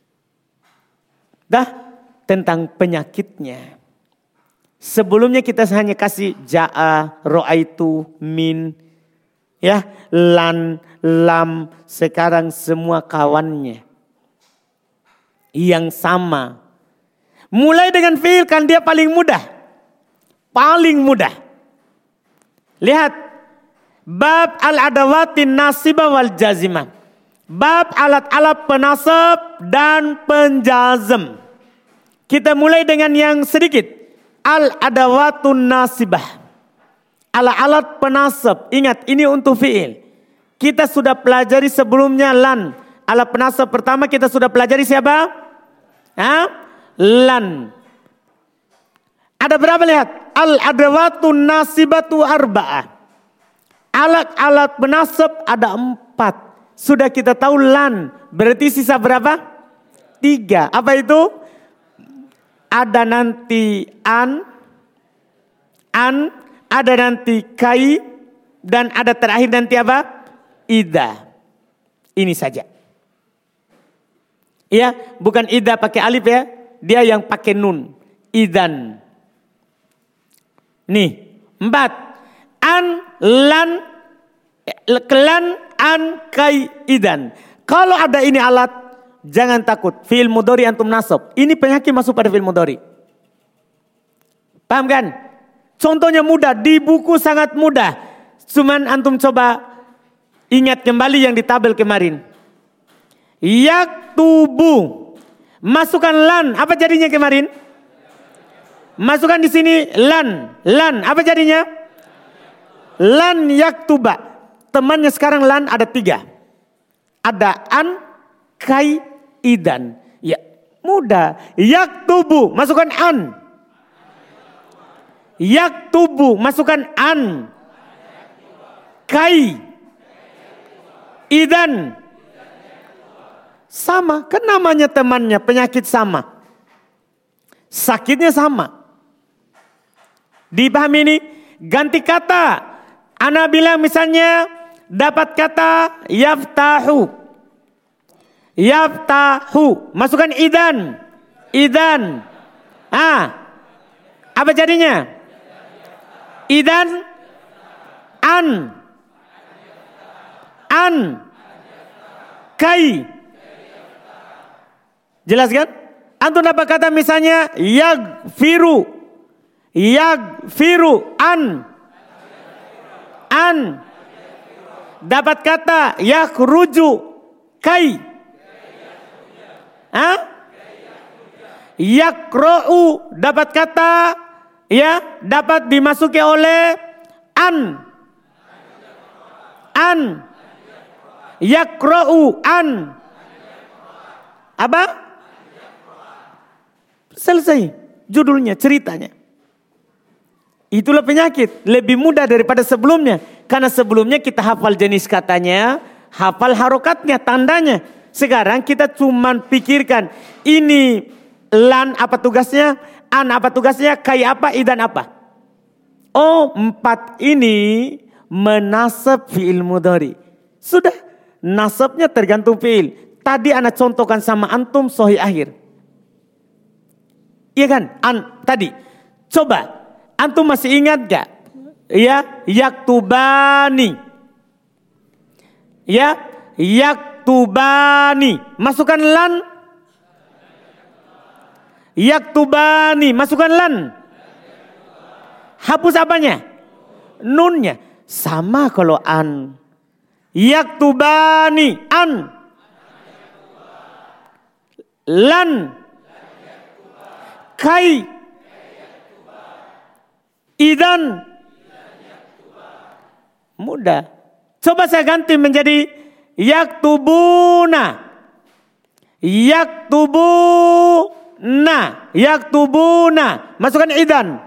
Dah tentang penyakitnya. Sebelumnya kita hanya kasih ja'a, ro'aitu, min, ya, lan, lam, sekarang semua kawannya. Yang sama. Mulai dengan fi'il kan dia paling mudah. Paling mudah. Lihat. Bab al-adawatin nasibah wal jazimah. Bab alat-alat penasab dan penjazm. Kita mulai dengan yang sedikit. Al-adawatun nasibah. Alat-alat penasab. Ingat ini untuk fi'il. Kita sudah pelajari sebelumnya lan. Alat penasab pertama kita sudah pelajari siapa? Lan. Ada berapa lihat? Al-adawatun nasibatu arba'ah. Alat-alat penasab ada 4. Sudah kita tahu lan. Berarti sisa berapa? 3. Apa itu? Ada nanti an. Ada nanti kai. Dan ada terakhir nanti apa? Ida. Ini saja. Ya, bukan ida pakai alif ya. Dia yang pakai nun. Idan. Nih, 4. An, lan, kelan, an, kai, idan. Kalau ada ini alat, jangan takut. Fi'il mudhari antum nasab. Ini penyakit masuk pada fi'il mudhari. Paham kan? Contohnya mudah, di buku sangat mudah. Cuman antum coba ingat kembali yang di tabel kemarin. Yaktubu. Masukkan lan, apa jadinya kemarin? Masukkan di sini lan. Lan, apa jadinya? Lan yaktuba. Temannya sekarang lan ada 3. Ada an, kai, idan. Ya, mudah. Yaktubu, masukkan an. Yaktubu, masukkan an. Kai. Idan. Sama, kan namanya temannya, penyakit sama. Sakitnya sama. Dipahami ini? Ganti kata. Ana bilang misalnya dapat kata yaftahu. Yaftahu. Masukkan idan. Idan. Apa jadinya? Idan. An. An. Kai. Jelas kan? Antum dapat kata misalnya yagfiru. Yagfiru an. An. Dapat kata yakhruju. Kai. Yakra'u. Dapat kata ya, dapat dimasuki oleh an. An. Yakra'u an. Apa? Selesai judulnya, ceritanya. Itulah penyakit. Lebih mudah daripada sebelumnya. Karena sebelumnya kita hafal jenis katanya. hafal harokatnya, tandanya. Sekarang kita cuman pikirkan ini lan apa tugasnya, an apa tugasnya, kai apa, idan apa. Oh, 4 ini menasab fi'il mudhari. Sudah, nasabnya tergantung fi'il. Tadi ana contohkan sama antum sahih akhir. Iya kan? Tadi. Coba, antum masih ingat gak? Ya, yaktubani. Ya, yaktubani. Masukkan lan. Yaktubani. Masukkan lan. Hapus apanya? Nunnya. Sama kalau an. Yaktubani. An. Lan. Kai. Idan. Mudah. Coba saya ganti menjadi yaktubuna. Yaktubuna. Yaktubuna. Masukkan idan.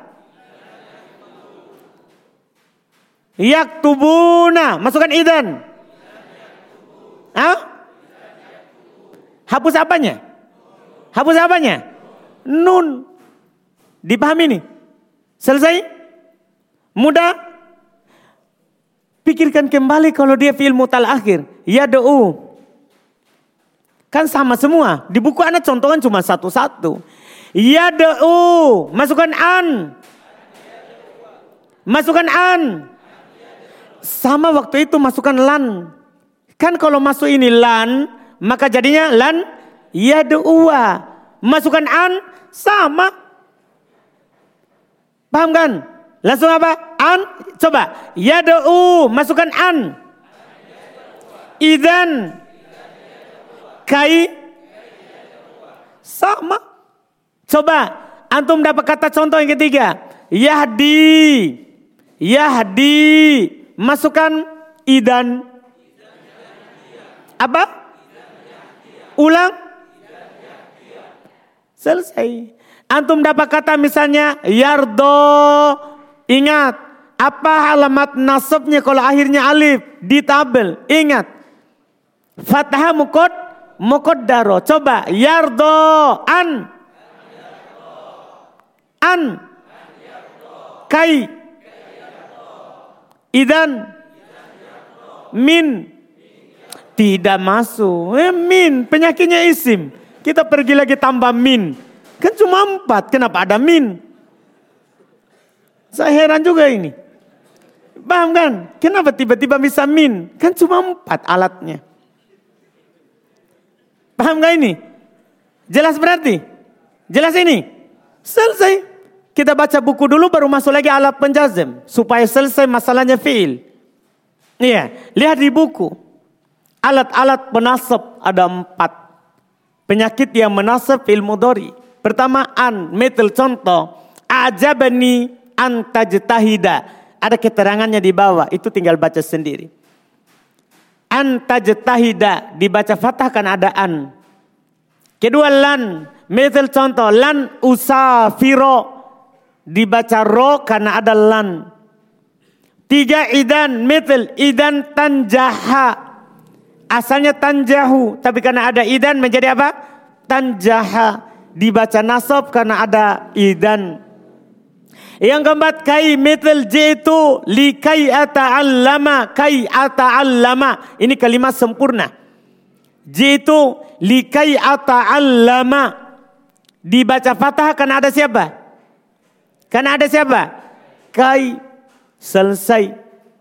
Yaktubuna. Masukkan idan. Hah? Hapus apanya? Hapus apanya? Nun. Dipahami nih? Selesai? Mudah? Pikirkan kembali kalau dia fi'il mutal akhir. Yad'u. Kan sama semua. Di buku anak contohkan cuma satu-satu. Yad'u. Masukkan an. Masukkan an. Sama waktu itu masukkan lan. Kan kalau masuk ini lan, maka jadinya lan yad'uwa. Masukkan an, sama. Paham kan? Langsung apa? An, coba. Yad'u, masukkan an. Idan. Kai. Sama. Coba, antum dapat kata contoh yang ketiga. Yahdi. Yahdi. Masukkan idan. Apa? Ulang. Selesai. Antum dapat kata misalnya yardo. Ingat. Apa alamat nasabnya kalau akhirnya alif? Di tabel. Ingat. Fathah muqaddaro. Coba. Yardo. An. An. Kai. Idan. Min. Tidak masuk. Min. Penyakitnya isim. Kita pergi lagi tambah min. Kan cuma 4. Kenapa ada min? Saya heran juga ini. Paham kan? Kenapa tiba-tiba bisa min? Kan cuma 4 alatnya. Paham gak ini? Jelas berarti? Jelas ini? Selesai. Kita baca buku dulu baru masuk lagi alat penjazm. Supaya selesai masalahnya fi'il. Iya, lihat di buku. Alat-alat penasab ada 4. Penyakit yang menasab fi'il mudhari. Pertama an, metal contoh. A'jabani an tajtahida. Ada keterangannya di bawah, itu tinggal baca sendiri. An tajtahida, dibaca fathah kan ada an. Kedua lan, metal contoh. Lan usafiro. Dibaca ro karena ada lan. 3 idan metal idan tanjaha. Asalnya tanjahu, tapi karena ada idan menjadi apa? Tanjaha. Dibaca nasab karena ada idan. Yang keempat kai metal jitu li kai ata'allama. Kai ata'allama. Ini kalimat sempurna. Jitu li kai ata'allama. Dibaca fathah karena ada siapa? Karena ada siapa? Kai. Selesai.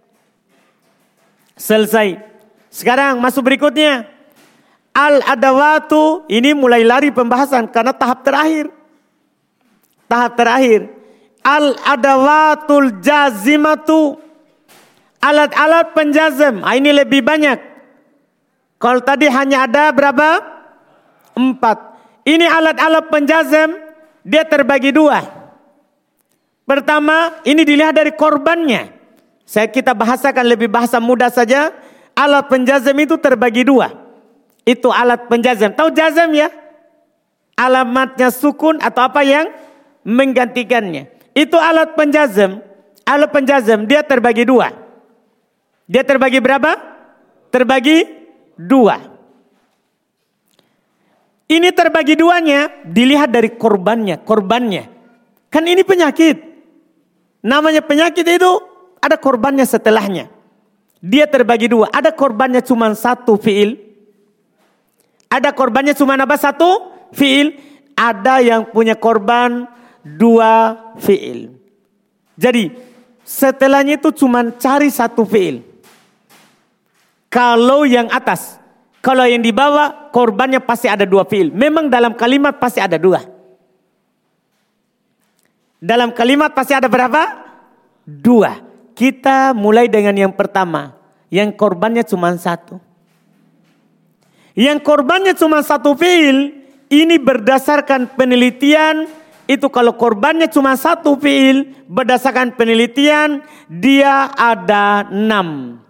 Selesai. Sekarang masuk berikutnya. Al-adawatu. Ini mulai lari pembahasan karena tahap terakhir. Tahap terakhir. Al-adawatul jazimatu. Alat-alat penjazm. Ini lebih banyak. Kalau tadi hanya ada berapa? 4. Ini alat-alat penjazm. Dia terbagi 2. Pertama, ini dilihat dari korbannya. Kita bahasakan lebih bahasa mudah saja. Alat penjazm itu terbagi 2. Itu alat penjazm. Tahu jazm ya? Alamatnya sukun atau apa yang menggantikannya. Itu alat penjazm. Alat penjazm dia terbagi 2. Dia terbagi berapa? terbagi 2. Ini terbagi 2-nya dilihat dari korbannya. Kan ini penyakit. Namanya penyakit itu ada korbannya setelahnya. Dia terbagi 2. Ada korbannya cuma 1 fiil. Ada korbannya cuma apa? 1 fiil. Ada yang punya korban 2 fiil. Jadi setelahnya itu cuma cari 1 fiil. Kalau yang atas. Kalau yang di bawah korbannya pasti ada 2 fiil. Memang dalam kalimat pasti ada 2. Dalam kalimat pasti ada berapa? 2. Kita mulai dengan yang pertama. Yang korbannya cuma 1. Yang korbannya cuma 1 fiil. Ini berdasarkan penelitian. Itu kalau korbannya cuma 1 fiil. Berdasarkan penelitian. Dia ada 6.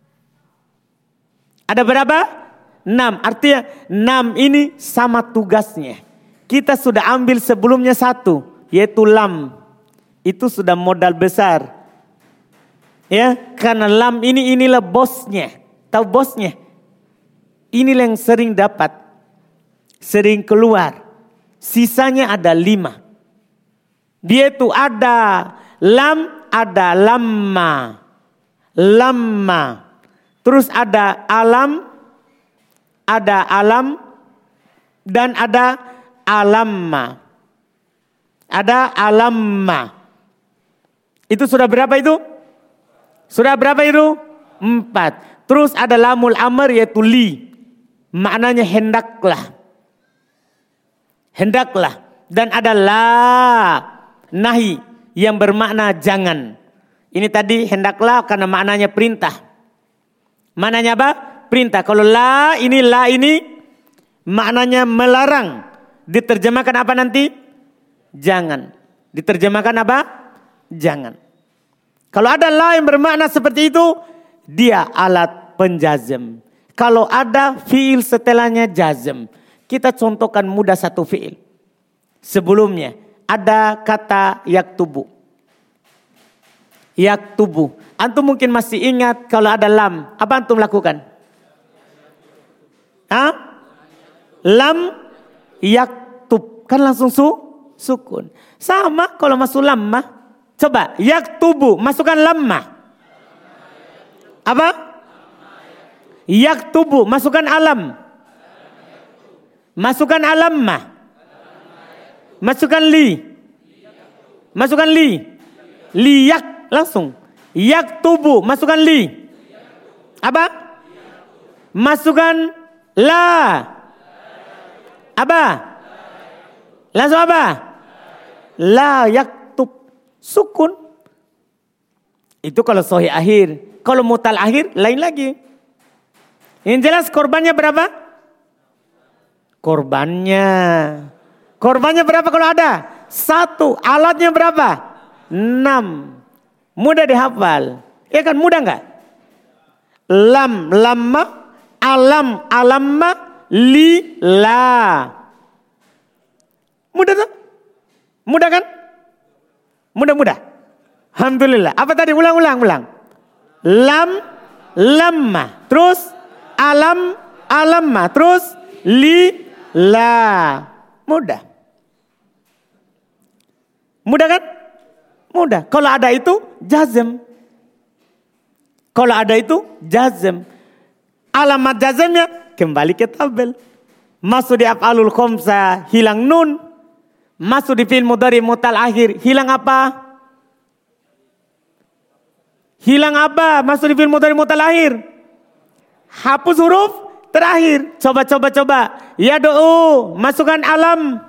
Ada berapa? 6. Artinya 6 ini sama tugasnya. Kita sudah ambil sebelumnya 1. Yaitu lam. Itu sudah modal besar. Ya, karena lam inilah bosnya. Tahu bosnya? Inilah yang sering dapat. Sering keluar. Sisanya ada 5. Dia itu ada lam, ada lamma. Lamma. Terus ada alam, dan ada alamma. Ada alamma. Itu sudah berapa itu? Sudah berapa itu? 4. Terus ada lamul amr yaitu li. Maknanya hendaklah. Hendaklah. Dan ada la nahi yang bermakna jangan. Ini tadi hendaklah karena maknanya perintah. Maknanya apa? Perintah. Kalau la ini maknanya melarang. Diterjemahkan apa nanti? Jangan. Diterjemahkan apa? Jangan. Kalau ada la yang bermakna seperti itu, dia alat penjazm. Kalau ada fiil setelahnya jazm. Kita contohkan mudah 1 fiil. Sebelumnya ada kata yaktubu. Yaktubu. Antum mungkin masih ingat kalau ada lam. Apa antum lakukan? Lam yaktub. Kan langsung sukun. Sama kalau masuk lamma. Coba yaktubu. Masukkan lamma. Apa? Yaktubu. Masukkan alam. Masukkan alamma. Masukkan li. Masukkan li. Liyak. Langsung. Yaktubu. Masukkan li. Apa? Masukkan la. Apa? Langsung apa? La yaktub. Sukun. Itu kalau sahih akhir. Kalau mutal akhir lain lagi. Yang jelas korbannya berapa? Korbannya berapa kalau ada? 1. Alatnya berapa? 6. Mudah dihafal. Ya kan mudah enggak? Lam, lamma, alam, alamma, li, la. Mudah tuh? Mudah kan? Mudah. Alhamdulillah. Apa tadi? Ulang. Lam, lamma. Terus alam, alamma. Terus li, la. Mudah. Mudah kan? Mudah. Kalau ada itu jazm. Kalau ada itu jazm. Alamat jazmnya kembali ke tabel. Masuk di af'alul khamsah hilang nun. Masuk di fi'il mudhari mutal akhir hilang apa? Hilang apa? Masuk di fi'il mudhari mutal akhir. Hapus huruf terakhir. Coba. Yad'u, masukkan alam.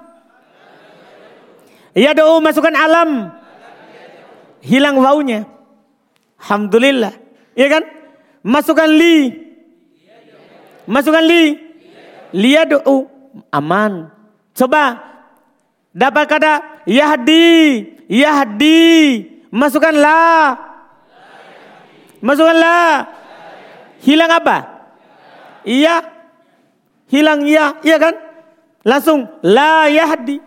Yad'u, masukkan alam. Hilang wawunya. Alhamdulillah. Iya kan? Masukkan li. Masukkan li. Liyad'u. Aman. Coba. Dapat kata yahdi. Masukkan la. Masukkan la. Hilang apa? Iya. Hilang iya. Iya kan? Langsung la yahdi.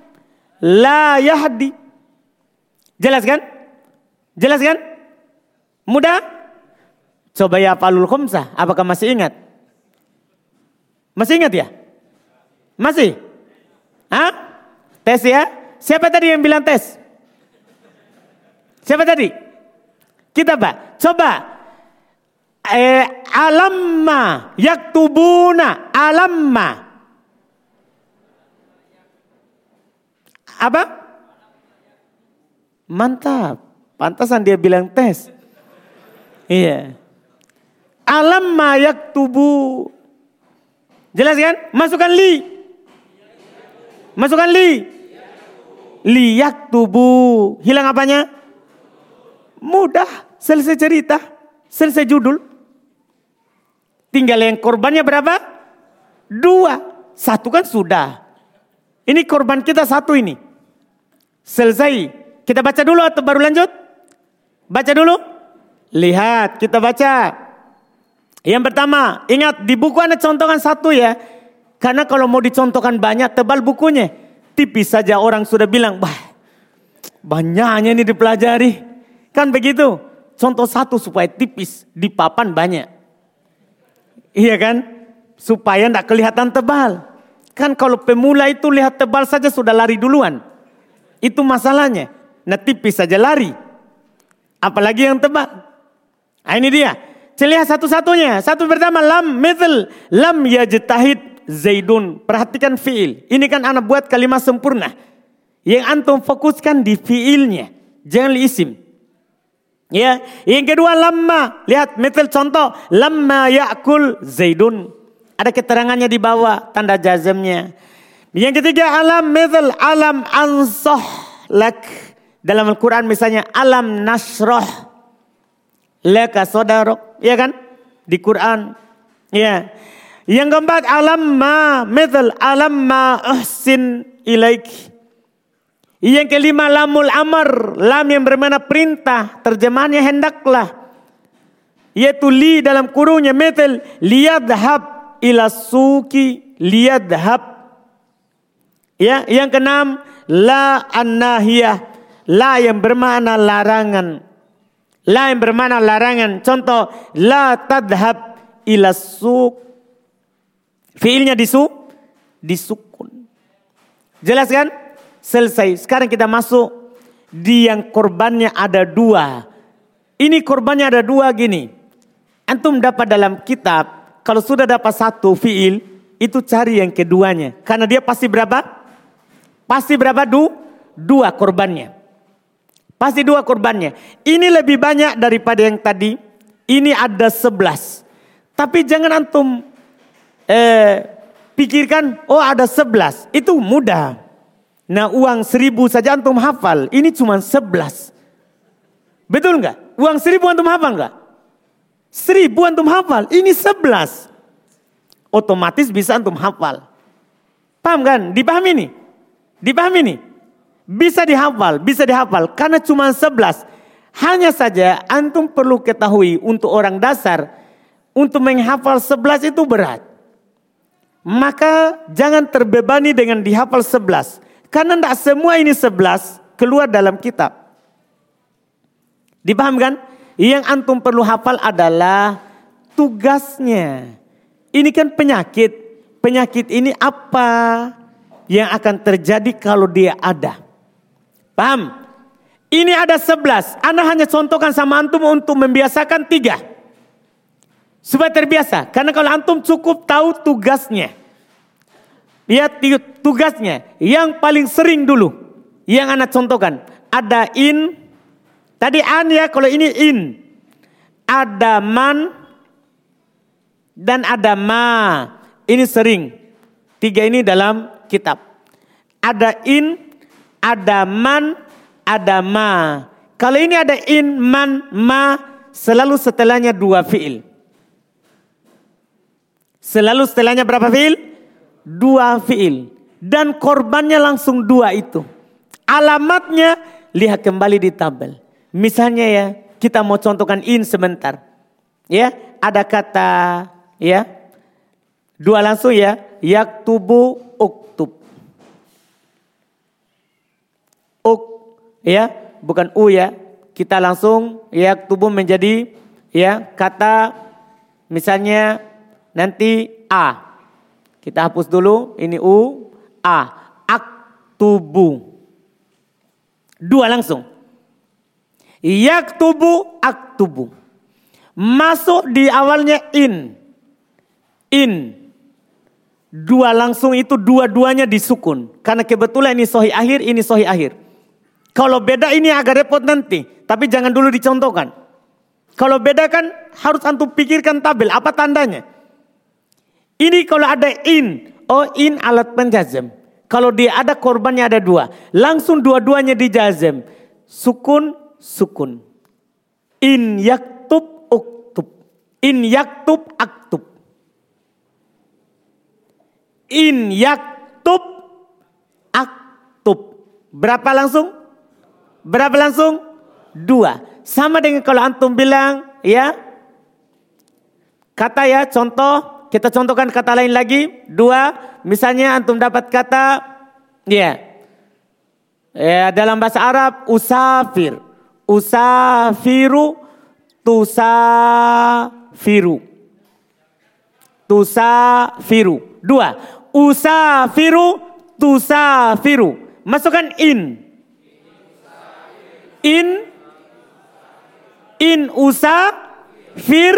Jelas kan? Mudah? Coba ya falul khomsah, apakah masih ingat? Masih ingat ya? Masih? Hah? Tes ya? Siapa tadi yang bilang tes? Siapa tadi? Kita Pak. Coba. Alamma yaktubuna. Alamma. Apa? Mantap. Pantasan dia bilang tes. Iya. Alamma yaktubu. Jelas kan? Masukkan li. Masukkan li. Li yaktubu. Hilang apanya? Mudah. Selesai cerita. Selesai judul. Tinggal yang korbannya berapa? 2. 1 kan sudah. Ini korban kita 1 ini. Selesai. Kita baca dulu atau baru lanjut? Baca dulu. Lihat, kita baca. Yang pertama, ingat di buku Anda contohkan 1 ya. Karena kalau mau dicontohkan banyak, tebal bukunya. Tipis saja orang sudah bilang, banyaknya ini dipelajari. Kan begitu. Contoh 1 supaya tipis, di papan banyak. Iya kan? Supaya tidak kelihatan tebal. Kan kalau pemula itu lihat tebal saja sudah lari duluan. Itu masalahnya. Nah tipis saja lari. Apalagi yang tebal. Nah ini dia. Lihat satu-satunya. Satu pertama lam mithl lam yajtahid Zaidun. Perhatikan fiil. Ini kan anak buat kalimat sempurna. Yang antum fokuskan di fiilnya. Jangan isim. Ya, yang kedua lamma. Lihat mithl contoh lamma ya'kul Zaidun. Ada keterangannya di bawah tanda jazmnya. Yang ketiga alam mithl alam ansah lak. Dalam Al-Quran misalnya alam nasroh laka sodarok, ya kan? Di Quran, ya. Yang keempat alam ma mithl alam ma uhsin ilaik. Yang kelima lamul amar, lam yang bermakna perintah, terjemahannya hendaklah. Yaitu li dalam kurungnya mithl liyadhab ila suki liyadhab. Ya, yang keenam la an-nahiyah, la yang bermakna larangan. La yang bermakna larangan. Contoh, la tadhab ila suq. Fiilnya disukun. Jelas kan? Selesai. Sekarang kita masuk di yang korbannya ada 2. Ini korbannya ada 2 gini. Antum dapat dalam kitab, kalau sudah dapat 1 fiil, itu cari yang keduanya. Karena dia pasti berapa? Pasti berapa? 2 korbannya. Pasti 2 korbannya. Ini lebih banyak daripada yang tadi. Ini ada 11. Tapi jangan antum pikirkan, oh ada 11. Itu mudah. Nah uang 1.000 saja antum hafal. Ini cuma 11. Betul nggak? Uang 1.000 antum hafal nggak? 1.000 antum hafal. Ini 11. Otomatis bisa antum hafal. Paham kan? Dipahami nih? Dipahami nih? Bisa dihafal karena cuma 11. Hanya saja antum perlu ketahui untuk orang dasar, untuk menghafal 11 itu berat. Maka jangan terbebani dengan dihafal 11. Karena tidak semua ini 11 keluar dalam kitab. Dipahamkan? Yang antum perlu hafal adalah tugasnya. Ini kan penyakit. Penyakit ini apa yang akan terjadi kalau dia ada? Paham? Ini ada 11. Ana hanya contohkan sama antum untuk membiasakan 3. Supaya terbiasa. Karena kalau antum cukup tahu tugasnya. Lihat tugasnya. Yang paling sering dulu. Yang ana contohkan. Ada in. Tadi an ya. Kalau ini in. Ada man. Dan ada ma. Ini sering. 3 ini dalam kitab. Ada in. Ada man, ada ma. Kalau ini ada in, man, ma, selalu setelahnya 2 fiil. Selalu setelahnya berapa fiil? 2 fiil. Dan korbannya langsung 2 itu. Alamatnya lihat kembali di tabel. Misalnya ya, kita mau contohkan in sebentar. Ya, ada kata ya. 2 langsung ya, yaktubu uktub. Ya, bukan u ya. Kita langsung yaktubu menjadi Ya, kata misalnya nanti A. Kita hapus dulu, ini U, A. Aktubu. Dua langsung. Yaktubu, aktubu. Masuk di awalnya in. In. Dua langsung itu dua-duanya disukun. Karena kebetulan ini sohi akhir, ini sohi akhir. Kalau beda ini agak repot nanti. Tapi jangan dulu dicontohkan. Kalau beda kan harus antum pikirkan tabel. Apa tandanya? Ini kalau ada in. Oh, in alat penjazm. Kalau dia ada korbannya ada dua. Langsung dua-duanya dijazm. Sukun, sukun. In yaktub, uktub. In yaktub, aktub. In yaktub, aktub. Berapa langsung? Berapa langsung? Dua. Sama dengan kalau antum bilang, ya. Kata ya, contoh. Kita contohkan kata lain lagi. Dua. Misalnya antum dapat kata, ya. Dalam bahasa Arab, usafir. Usafiru, tusafiru. Tusafiru. Dua. Usafiru, tusafiru. Masukkan in. In usafir,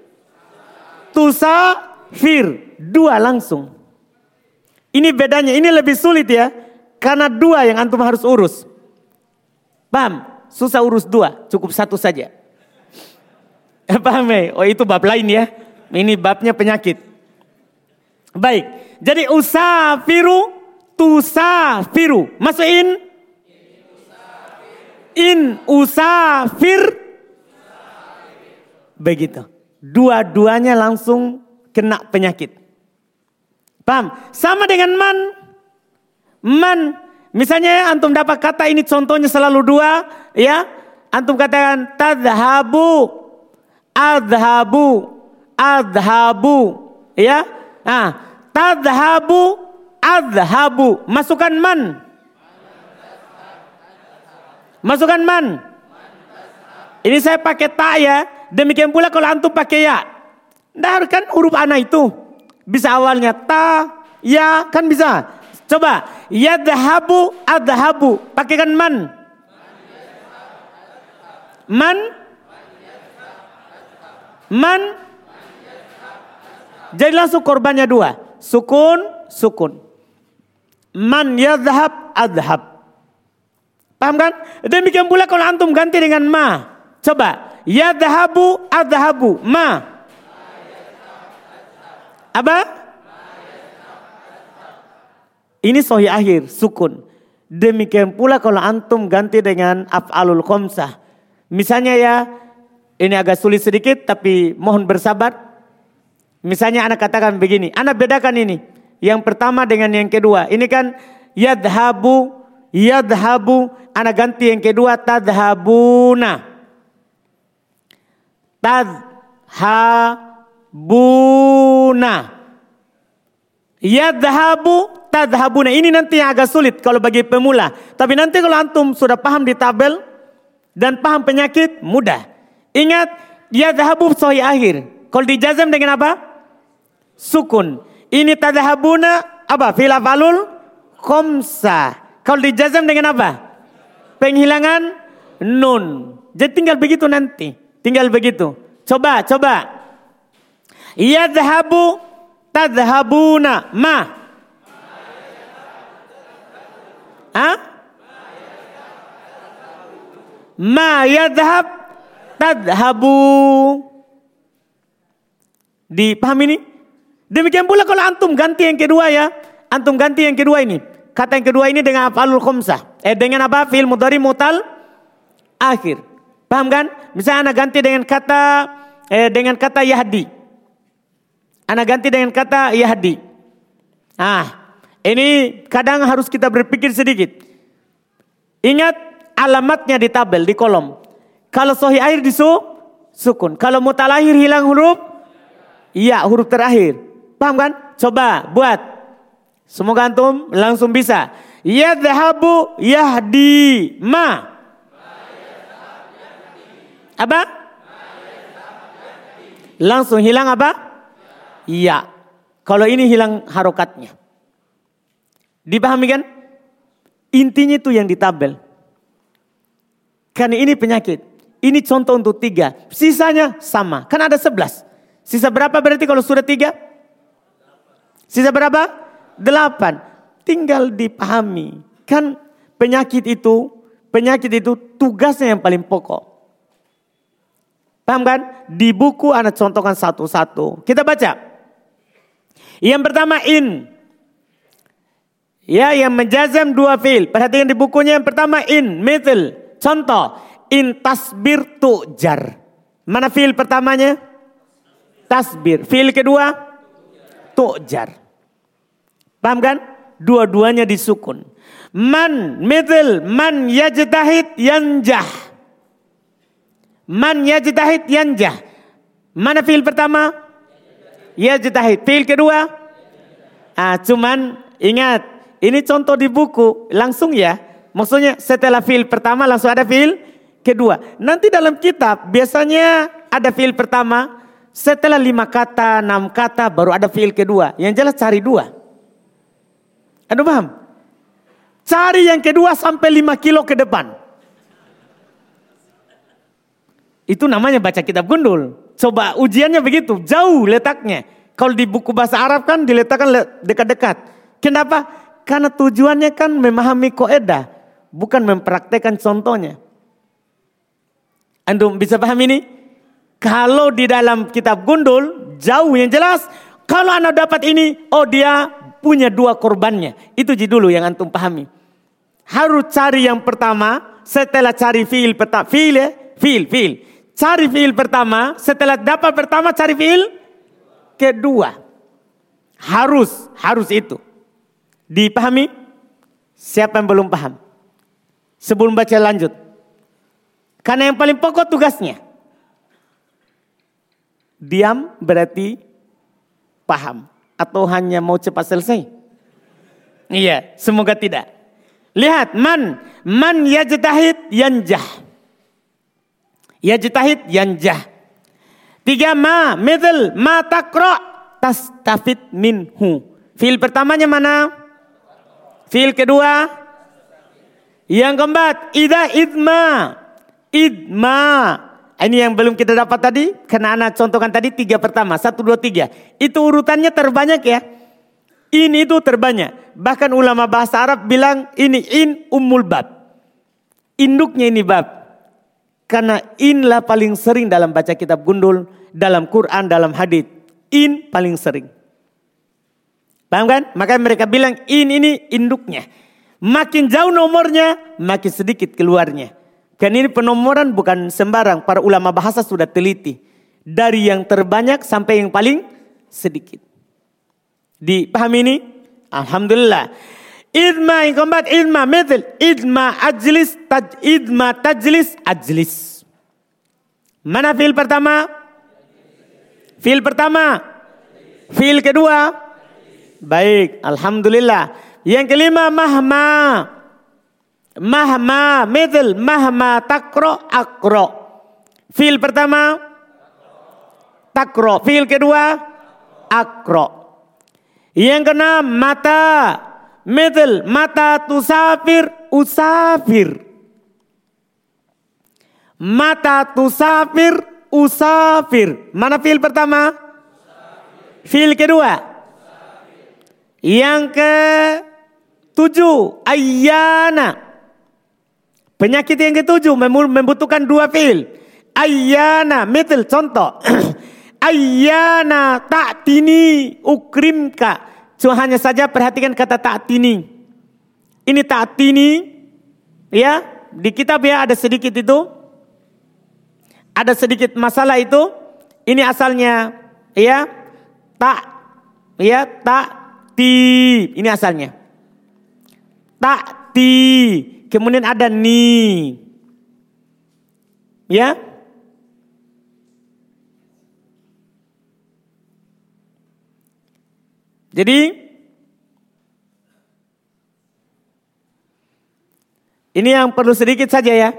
tusafir. Dua langsung. Ini bedanya, ini lebih sulit ya. Karena dua yang antum harus urus. Paham? Susah urus dua, cukup satu saja. Paham ya? Oh itu bab lain ya. Ini babnya penyakit. Baik, jadi usafiru, tusafiru. Masuk in. In usafir. Begitu. Dua-duanya langsung kena penyakit. Paham? Sama dengan man. Man. Misalnya antum dapat kata ini contohnya selalu dua. Ya. Antum katakan tadhabu. Adhabu. Adhabu. Ya. Nah, tadhabu, adhabu. Masukkan man. Masukkan man. Ini saya pakai ta ya. Demikian pula kalau antum pakai ya. Nah, kan huruf ana itu. Bisa awalnya ta, ya, kan bisa. Coba. Yadhabu, adhabu. Pakaikan man. Man. Man. Jadi langsung korbannya dua. Sukun, sukun. Man yadhab, adhab. Paham kan? Demikian pula kalau antum ganti dengan ma. Coba. Yadhabu, adhabu. Ma. Apa? Ini sohi akhir, sukun. Demikian pula kalau antum ganti dengan af'alul khamsah. Misalnya ya, ini agak sulit sedikit tapi mohon bersabar. Misalnya anak katakan begini, anak bedakan ini. Yang pertama dengan yang kedua. Ini kan yadhabu, yadhabu. Anak ganti yang kedua tadhabuna. Tadhabuna. Yadhabu, tadhabuna. Ini nanti yang agak sulit kalau bagi pemula. Tapi nanti kalau antum sudah paham di tabel dan paham penyakit, mudah. Ingat, yadhabu sohi akhir. Kalau dijazam dengan apa? Sukun. Ini tadhabuna apa? Fi'il af'alul khamsah. Kalau dijazam dengan apa? Penghilangan nun. Jadi tinggal begitu nanti. Tinggal begitu. Coba, coba. Yadhabu, tadhabuna. Ma. Hah? Ma yadhab, tadhabu. Dipahami ini? Demikian pula kalau antum ganti yang kedua ya. Antum ganti yang kedua ini. Kata yang kedua ini dengan af'alul khamsah. Dengan apa? Fi'il mudhari mutal akhir. Paham kan? Misalnya anak ganti dengan kata yahdi. Anak ganti dengan kata yahdi. Ini kadang harus kita berpikir sedikit. Ingat alamatnya di tabel, di kolom. Kalau sohi akhir di sukun. Kalau mutal akhir hilang huruf. Iya, huruf terakhir. Paham kan? Coba buat. Semoga antum langsung bisa. Yadhabu yahdi. Ma. Apa? langsung hilang apa? Ya. Kalau ini hilang harokatnya. Dipahami kan? Intinya itu yang ditabel. Karena ini penyakit. Ini contoh untuk 3. Sisanya sama. Kan ada 11. Sisa berapa berarti kalau sudah 3? Sisa berapa? 8. Tinggal dipahami. Kan penyakit itu tugasnya yang paling pokok. Paham kan? Di buku Anda contohkan satu-satu. Kita baca. Yang pertama in. Ya, yang menjazam 2 fi'il. Perhatikan di bukunya yang pertama in, mithil. Contoh, in tasbir tu'jar. Mana fi'il pertamanya? Tasbir. Fi'il kedua? Tu'jar. Paham kan? Dua-duanya disukun. Man, mithil, man yajtahid yanjah. Man yajtahid yanjah. Mana fi'il pertama? Yajtahid. Fi'il kedua? Cuman ingat, ini contoh di buku, langsung ya. Maksudnya setelah fi'il pertama langsung ada fi'il kedua. Nanti dalam kitab biasanya ada fi'il pertama, setelah 5 kata, 6 kata baru ada fi'il kedua. Yang jelas cari 2. Anda paham? Cari yang kedua sampai 5 kilo ke depan. Itu namanya baca kitab gundul. Coba ujiannya begitu, jauh letaknya. Kalau di buku bahasa Arab kan diletakkan dekat-dekat. Kenapa? Karena tujuannya kan memahami kaidah, bukan mempraktekkan contohnya. Antum bisa paham ini? Kalau di dalam kitab gundul, jauh yang jelas. Kalau Anda dapat ini, oh dia punya 2 korbannya. Itu dulu yang antum pahami. Harus cari yang pertama, setelah cari fi'il pertama. Fi'il. Cari fi'il pertama, setelah dapat pertama cari fi'il kedua. Harus itu. Dipahami? Siapa yang belum paham? Sebelum baca lanjut. Karena yang paling pokok tugasnya. Diam berarti paham. Atau hanya mau cepat selesai? Iya, semoga tidak. Lihat, man yajtahid yanjah. Yajtahid yanjah. 3 mithil, ma taqra tastafid minhu. Fi'il pertamanya mana? Fi'il kedua? Yang keempat, idma. Ini yang belum kita dapat tadi. Karena anak contohkan tadi 3 pertama. 1, 2, 3. Itu urutannya terbanyak ya. Ini itu terbanyak. Bahkan ulama bahasa Arab bilang ini in ummul bab. Induknya ini bab. Karena inlah paling sering dalam baca kitab gundul. Dalam Quran, dalam hadits. In paling sering. Paham kan? Makanya mereka bilang ini induknya. Makin jauh nomornya, makin sedikit keluarnya. Kan ini penomoran bukan sembarang. Para ulama bahasa sudah teliti. Dari yang terbanyak sampai yang paling sedikit. Dipahami ini? Alhamdulillah. Idma yang keempat, idma mithil. Idma tajlis ajlis. Mana fi'il pertama? Fi'il pertama. Fi'il kedua. Baik, alhamdulillah. Yang kelima mahma mithil mahma takro akro. Fi'il pertama takro, fi'il kedua akro. Yang keenam mata mithil mata tusafir usafir. Mata tusafir usafir. Mana fi'il pertama? Fi'il kedua. Yang ke-7 ayyana. Penyakit yang ke-7 membutuhkan 2 fi'il. Ayyana mithil contoh. Ayyana ta'tini ukrimka. Cuma hanya saja perhatikan kata ta'tini. Ini ta'tini ya, di kitab ya ada sedikit itu. Ada sedikit masalah itu. Ini asalnya ya ta'ti. Ini asalnya. Ta'ti. Kemudian ada ni. Ya. Jadi ini yang perlu sedikit saja ya.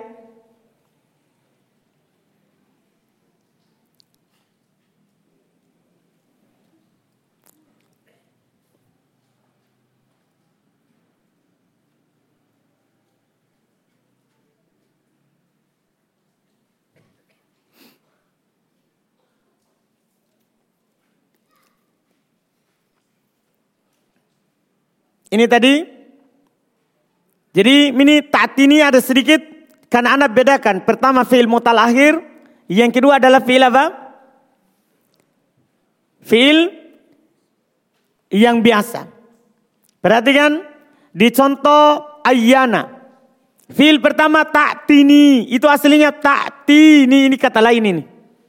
Ini tadi. Jadi ini ta'tini ada sedikit. Karena anak bedakan. Pertama fi'il mutal akhir. Yang kedua adalah fi'il apa? Fi'il yang biasa. Perhatikan. Di contoh ayyana. Fi'il pertama ta'tini. Itu aslinya ta'tini. Ini kata lain ini.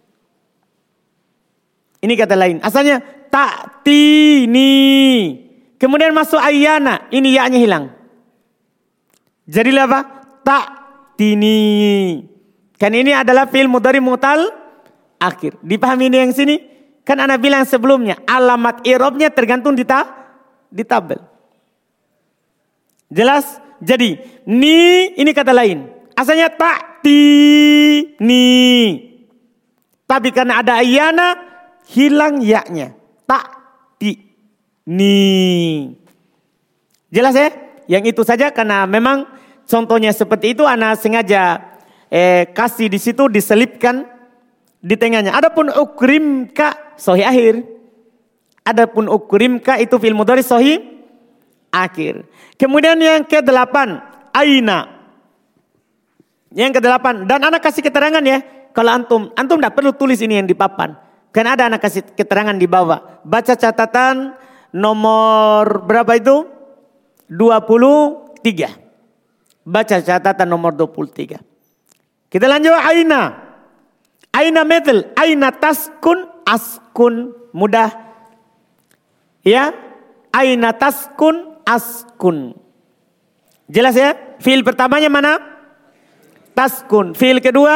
Ini kata lain. Asalnya ta'tini. Kemudian masuk ayyana. Ini ya-nya hilang. Jadilah apa? Ta'tini. Kan ini adalah fi'il mudhari mutal akhir. Dipahami ini yang sini? Kan anak bilang sebelumnya. Alamat i'rabnya tergantung di tabel. Jelas? Jadi ini kata lain. Asalnya ta'tini. Tapi karena ada ayyana hilang ya-nya. Ta'tini. Jelas ya? Yang itu saja karena memang contohnya seperti itu anak sengaja kasih di situ diselipkan di tengahnya. Adapun ukrimka sahih akhir. Adapun ukrimka itu fi'il mudhari sahih akhir. Kemudian yang ke-8 aina. Yang ke-8 dan anak kasih keterangan ya. Kalau antum enggak perlu tulis ini yang di papan. Kan ada anak kasih keterangan di bawah. Baca catatan nomor berapa itu? 23. Baca catatan nomor 23. Kita lanjut aina. Aina metal. Aina taskun askun. Mudah. Ya. Aina taskun askun. Jelas ya? Fi'il pertamanya mana? Taskun. Fi'il kedua?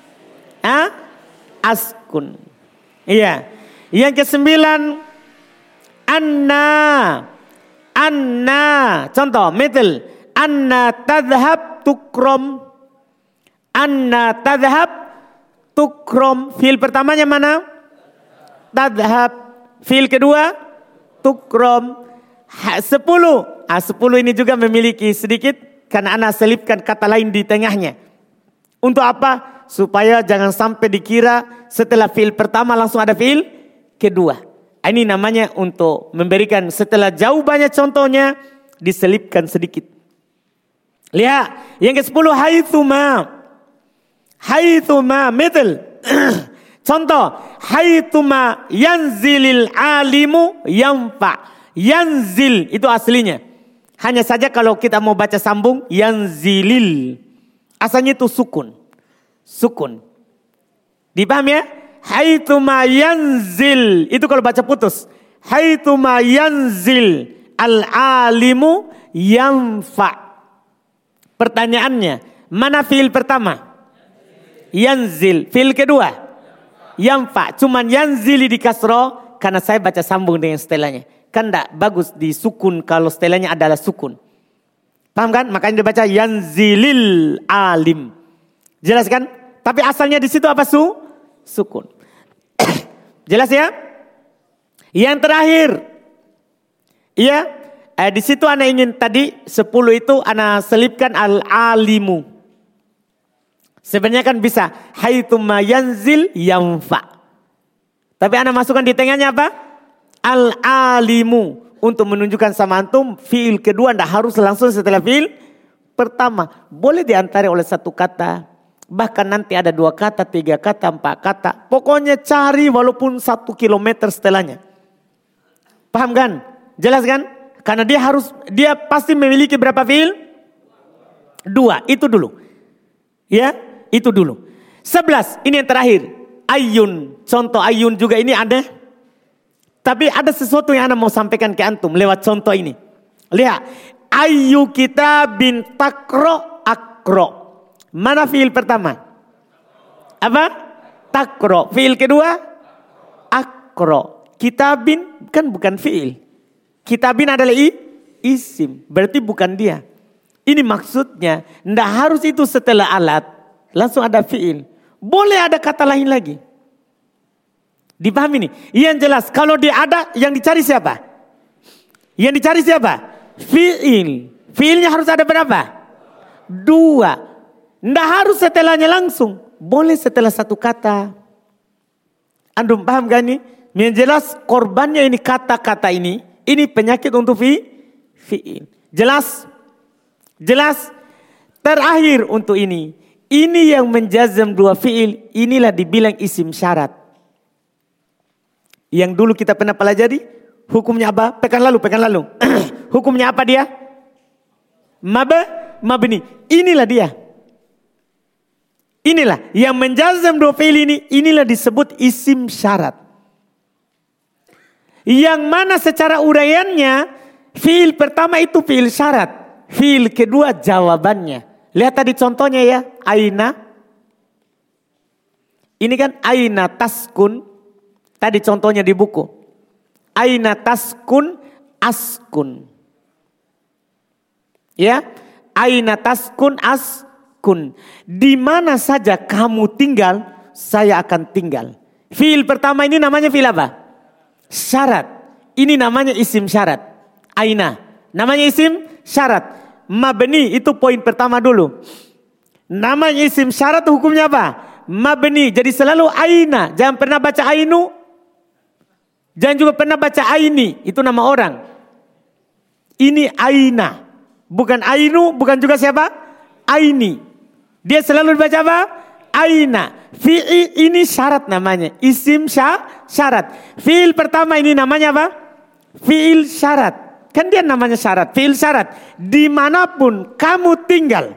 Askun. Iya. Yang ke-9. Anna. Anna. Contoh. Metal. Anna tadhab tukrom. Anna tadhab tukrom. Fi'il pertamanya mana? Tadhab. Fi'il kedua? Tukrom. 10. 10 ini juga memiliki sedikit. Karena anak selipkan kata lain di tengahnya. Untuk apa? Supaya jangan sampai dikira setelah fi'il pertama langsung ada fi'il kedua. Ini namanya untuk memberikan setelah jauh banyak contohnya diselipkan sedikit. Lihat yang ke-10 haitsuma. Haitsuma metal. Contoh haitsuma yanzilil alimu yanfa. Yanzil itu aslinya. Hanya saja kalau kita mau baca sambung yanzilil. Asalnya itu sukun. Sukun. Dipaham ya? Haitsuma yanzil. Itu kalau baca putus. Haitsuma yanzil al-alimu yanfa. Pertanyaannya, mana fi'il pertama? Yanzil. Fi'il kedua? Yanfa. Cuman yanzili di kasro karena saya baca sambung dengan setelahnya. Kan enggak bagus di sukun kalau setelahnya adalah sukun. Paham kan? Makanya dibaca yanzilil alim. Jelas kan? Tapi asalnya di situ apa sukun. Jelas ya? Yang terakhir. Iya. Di situ ana ingin tadi 10 itu ana selipkan al-alimu. Sebenarnya kan bisa. Haitsuma yanzil yanfa. Tapi ana masukkan di tengahnya apa? Al-alimu. Untuk menunjukkan sama antum. Fi'il kedua tidak harus langsung setelah fi'il pertama. Boleh diantara oleh satu kata. Bahkan nanti ada 2 kata, 3 kata, 4 kata. Pokoknya cari walaupun 1 kilometer setelahnya. Paham kan? Jelas kan? Karena dia pasti memiliki berapa fi'il? 2. Itu dulu. Ya, itu dulu. 11. Ini yang terakhir. Ayun. Contoh ayun juga ini ada. Tapi ada sesuatu yang Anda mau sampaikan ke antum lewat contoh ini. Lihat. Ayu kita bin takro akro. Mana fi'il pertama? Apa? Takro. Fi'il kedua? Akro. Kitabin kan bukan fi'il. Kitabin adalah isim. Berarti bukan dia. Ini maksudnya. Tidak harus itu setelah alat. Langsung ada fi'il. Boleh ada kata lain lagi. Dipahami nih? Yang jelas. Kalau dia ada yang dicari siapa? Yang dicari siapa? Fi'il. Fi'ilnya harus ada berapa? 2. Tidak harus setelahnya langsung. Boleh setelah 1 kata. Antum paham gak ini? Yang jelas korbannya ini kata-kata ini. Ini penyakit untuk fi'il. Jelas? Jelas? Terakhir untuk ini. Ini yang menjazam dua fi'il, inilah dibilang isim syarat. Yang dulu kita pernah pelajari, hukumnya apa? Pekan lalu. Hukumnya apa dia? Mabni. Inilah dia. Inilah yang menjazam dua fi'il ini, inilah disebut isim syarat. Yang mana secara uraiannya, fi'il pertama itu fi'il syarat. Fi'il kedua jawabannya. Lihat tadi contohnya ya, aina. Ini kan aina taskun. Tadi contohnya di buku. Aina taskun askun. Ya, aina taskun askun. Di mana saja kamu tinggal, saya akan tinggal. Fi'il pertama ini namanya fi'il apa? Syarat. Ini namanya isim syarat. Aina. Namanya isim syarat. Mabni itu poin pertama dulu. Namanya isim syarat hukumnya apa? Mabni. Jadi selalu aina. Jangan pernah baca ainu. Jangan juga pernah baca aini. Itu nama orang. Ini aina. Bukan ainu. Bukan juga siapa? Aini. Dia selalu dibaca apa? Aina. Fi'il ini syarat namanya. Isim syarat. Fi'il pertama ini namanya apa? Fi'il syarat. Kan dia namanya syarat, fi'il syarat. Dimanapun kamu tinggal.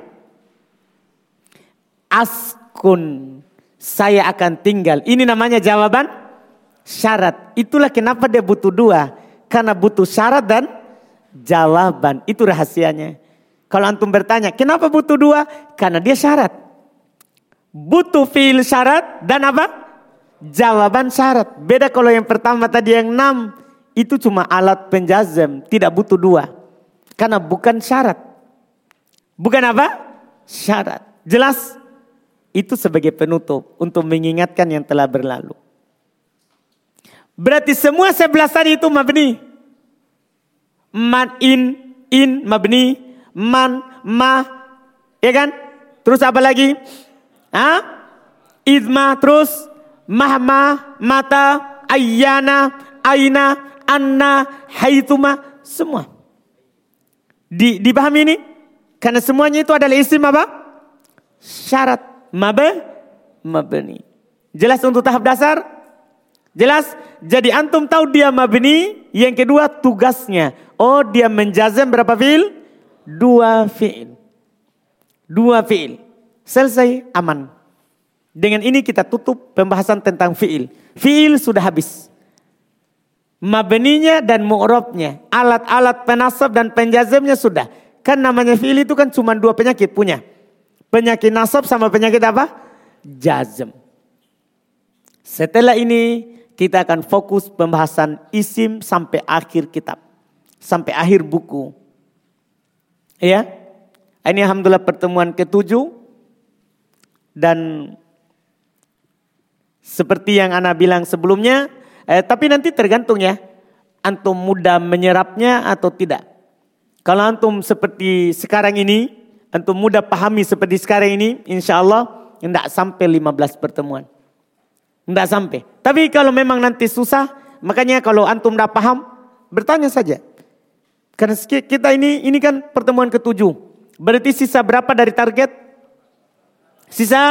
Askun, saya akan tinggal. Ini namanya jawaban syarat. Itulah kenapa dia butuh dua. Karena butuh syarat dan jawaban. Itu rahasianya. Kalau antum bertanya, kenapa butuh dua? Karena dia syarat. Butuh fi'il syarat dan apa? Jawaban syarat. Beda kalau yang pertama tadi yang 6. Itu cuma alat penjazam, tidak butuh dua. Karena bukan syarat. Bukan apa? Syarat. Jelas? Itu sebagai penutup untuk mengingatkan yang telah berlalu. Berarti semua 11 tadi itu mabni. Man in mabni, man ma, ya kan? Terus apa lagi? Idma, terus mahma, mata, ayyana, aina, anna, haituma, semua. Dipahami ini? Karena semuanya itu adalah isim apa? Syarat. Mabni. Jelas untuk tahap dasar? Jelas? Jadi antum tahu dia mabni. Yang kedua tugasnya. Oh, dia menjazam berapa fi'il? 2 fi'il. 2 fi'il. Selesai, aman. Dengan ini kita tutup pembahasan tentang fi'il. Fi'il sudah habis. Mabninya dan mu'rabnya, alat-alat penasab dan penjazamnya sudah. Kan namanya fi'il itu kan cuma 2 penyakit punya. Penyakit nasab sama penyakit apa? Jazm. Setelah ini kita akan fokus pembahasan isim sampai akhir kitab. Sampai akhir buku. Ya. Ini alhamdulillah pertemuan ke-7. Dan seperti yang ana bilang sebelumnya, tapi nanti tergantung ya, antum mudah menyerapnya atau tidak. Kalau antum seperti sekarang ini, antum mudah pahami seperti sekarang ini, insya Allah tidak sampai 15 pertemuan. Tidak sampai. Tapi kalau memang nanti susah, makanya kalau antum tidak paham, bertanya saja. Karena kita ini kan pertemuan ke-7. Berarti sisa berapa dari target? Sisa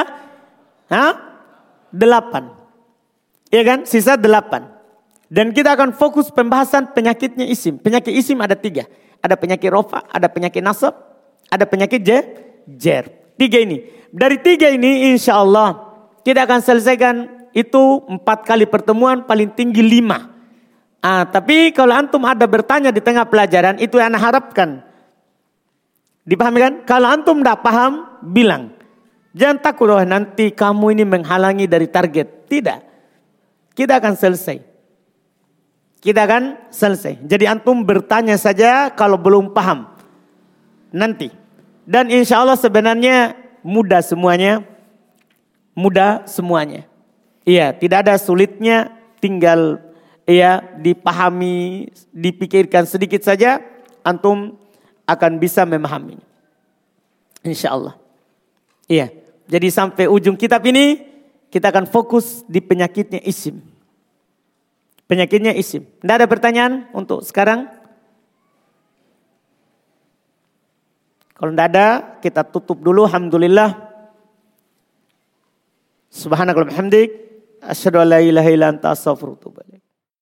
8. Ya kan? Sisa 8. Dan kita akan fokus pembahasan penyakitnya isim. Penyakit isim ada 3. Ada penyakit rofa, ada penyakit nasab, ada penyakit jer. 3 ini. Dari 3 ini insya Allah kita akan selesaikan itu 4 kali pertemuan, paling tinggi 5. Tapi kalau antum ada bertanya di tengah pelajaran, itu yang ana harapkan. Dipahami kan? Kalau antum tidak paham, bilang. Jangan takut, nanti kamu ini menghalangi dari target. Tidak. Kita akan selesai. Jadi antum bertanya saja kalau belum paham. Nanti. Dan insya Allah sebenarnya mudah semuanya. Iya, tidak ada sulitnya. Tinggal dipahami, dipikirkan sedikit saja. Antum akan bisa memahami. Insya Allah. Iya. Jadi sampai ujung kitab ini. Kita akan fokus di penyakitnya isim. Penyakitnya isim. Tidak ada pertanyaan untuk sekarang? Kalau tidak ada, kita tutup dulu. Alhamdulillah. Subhanakallahumma hamdik. Asyhadu an la ilaha illa anta astaghfiruka wa atubu ilaik.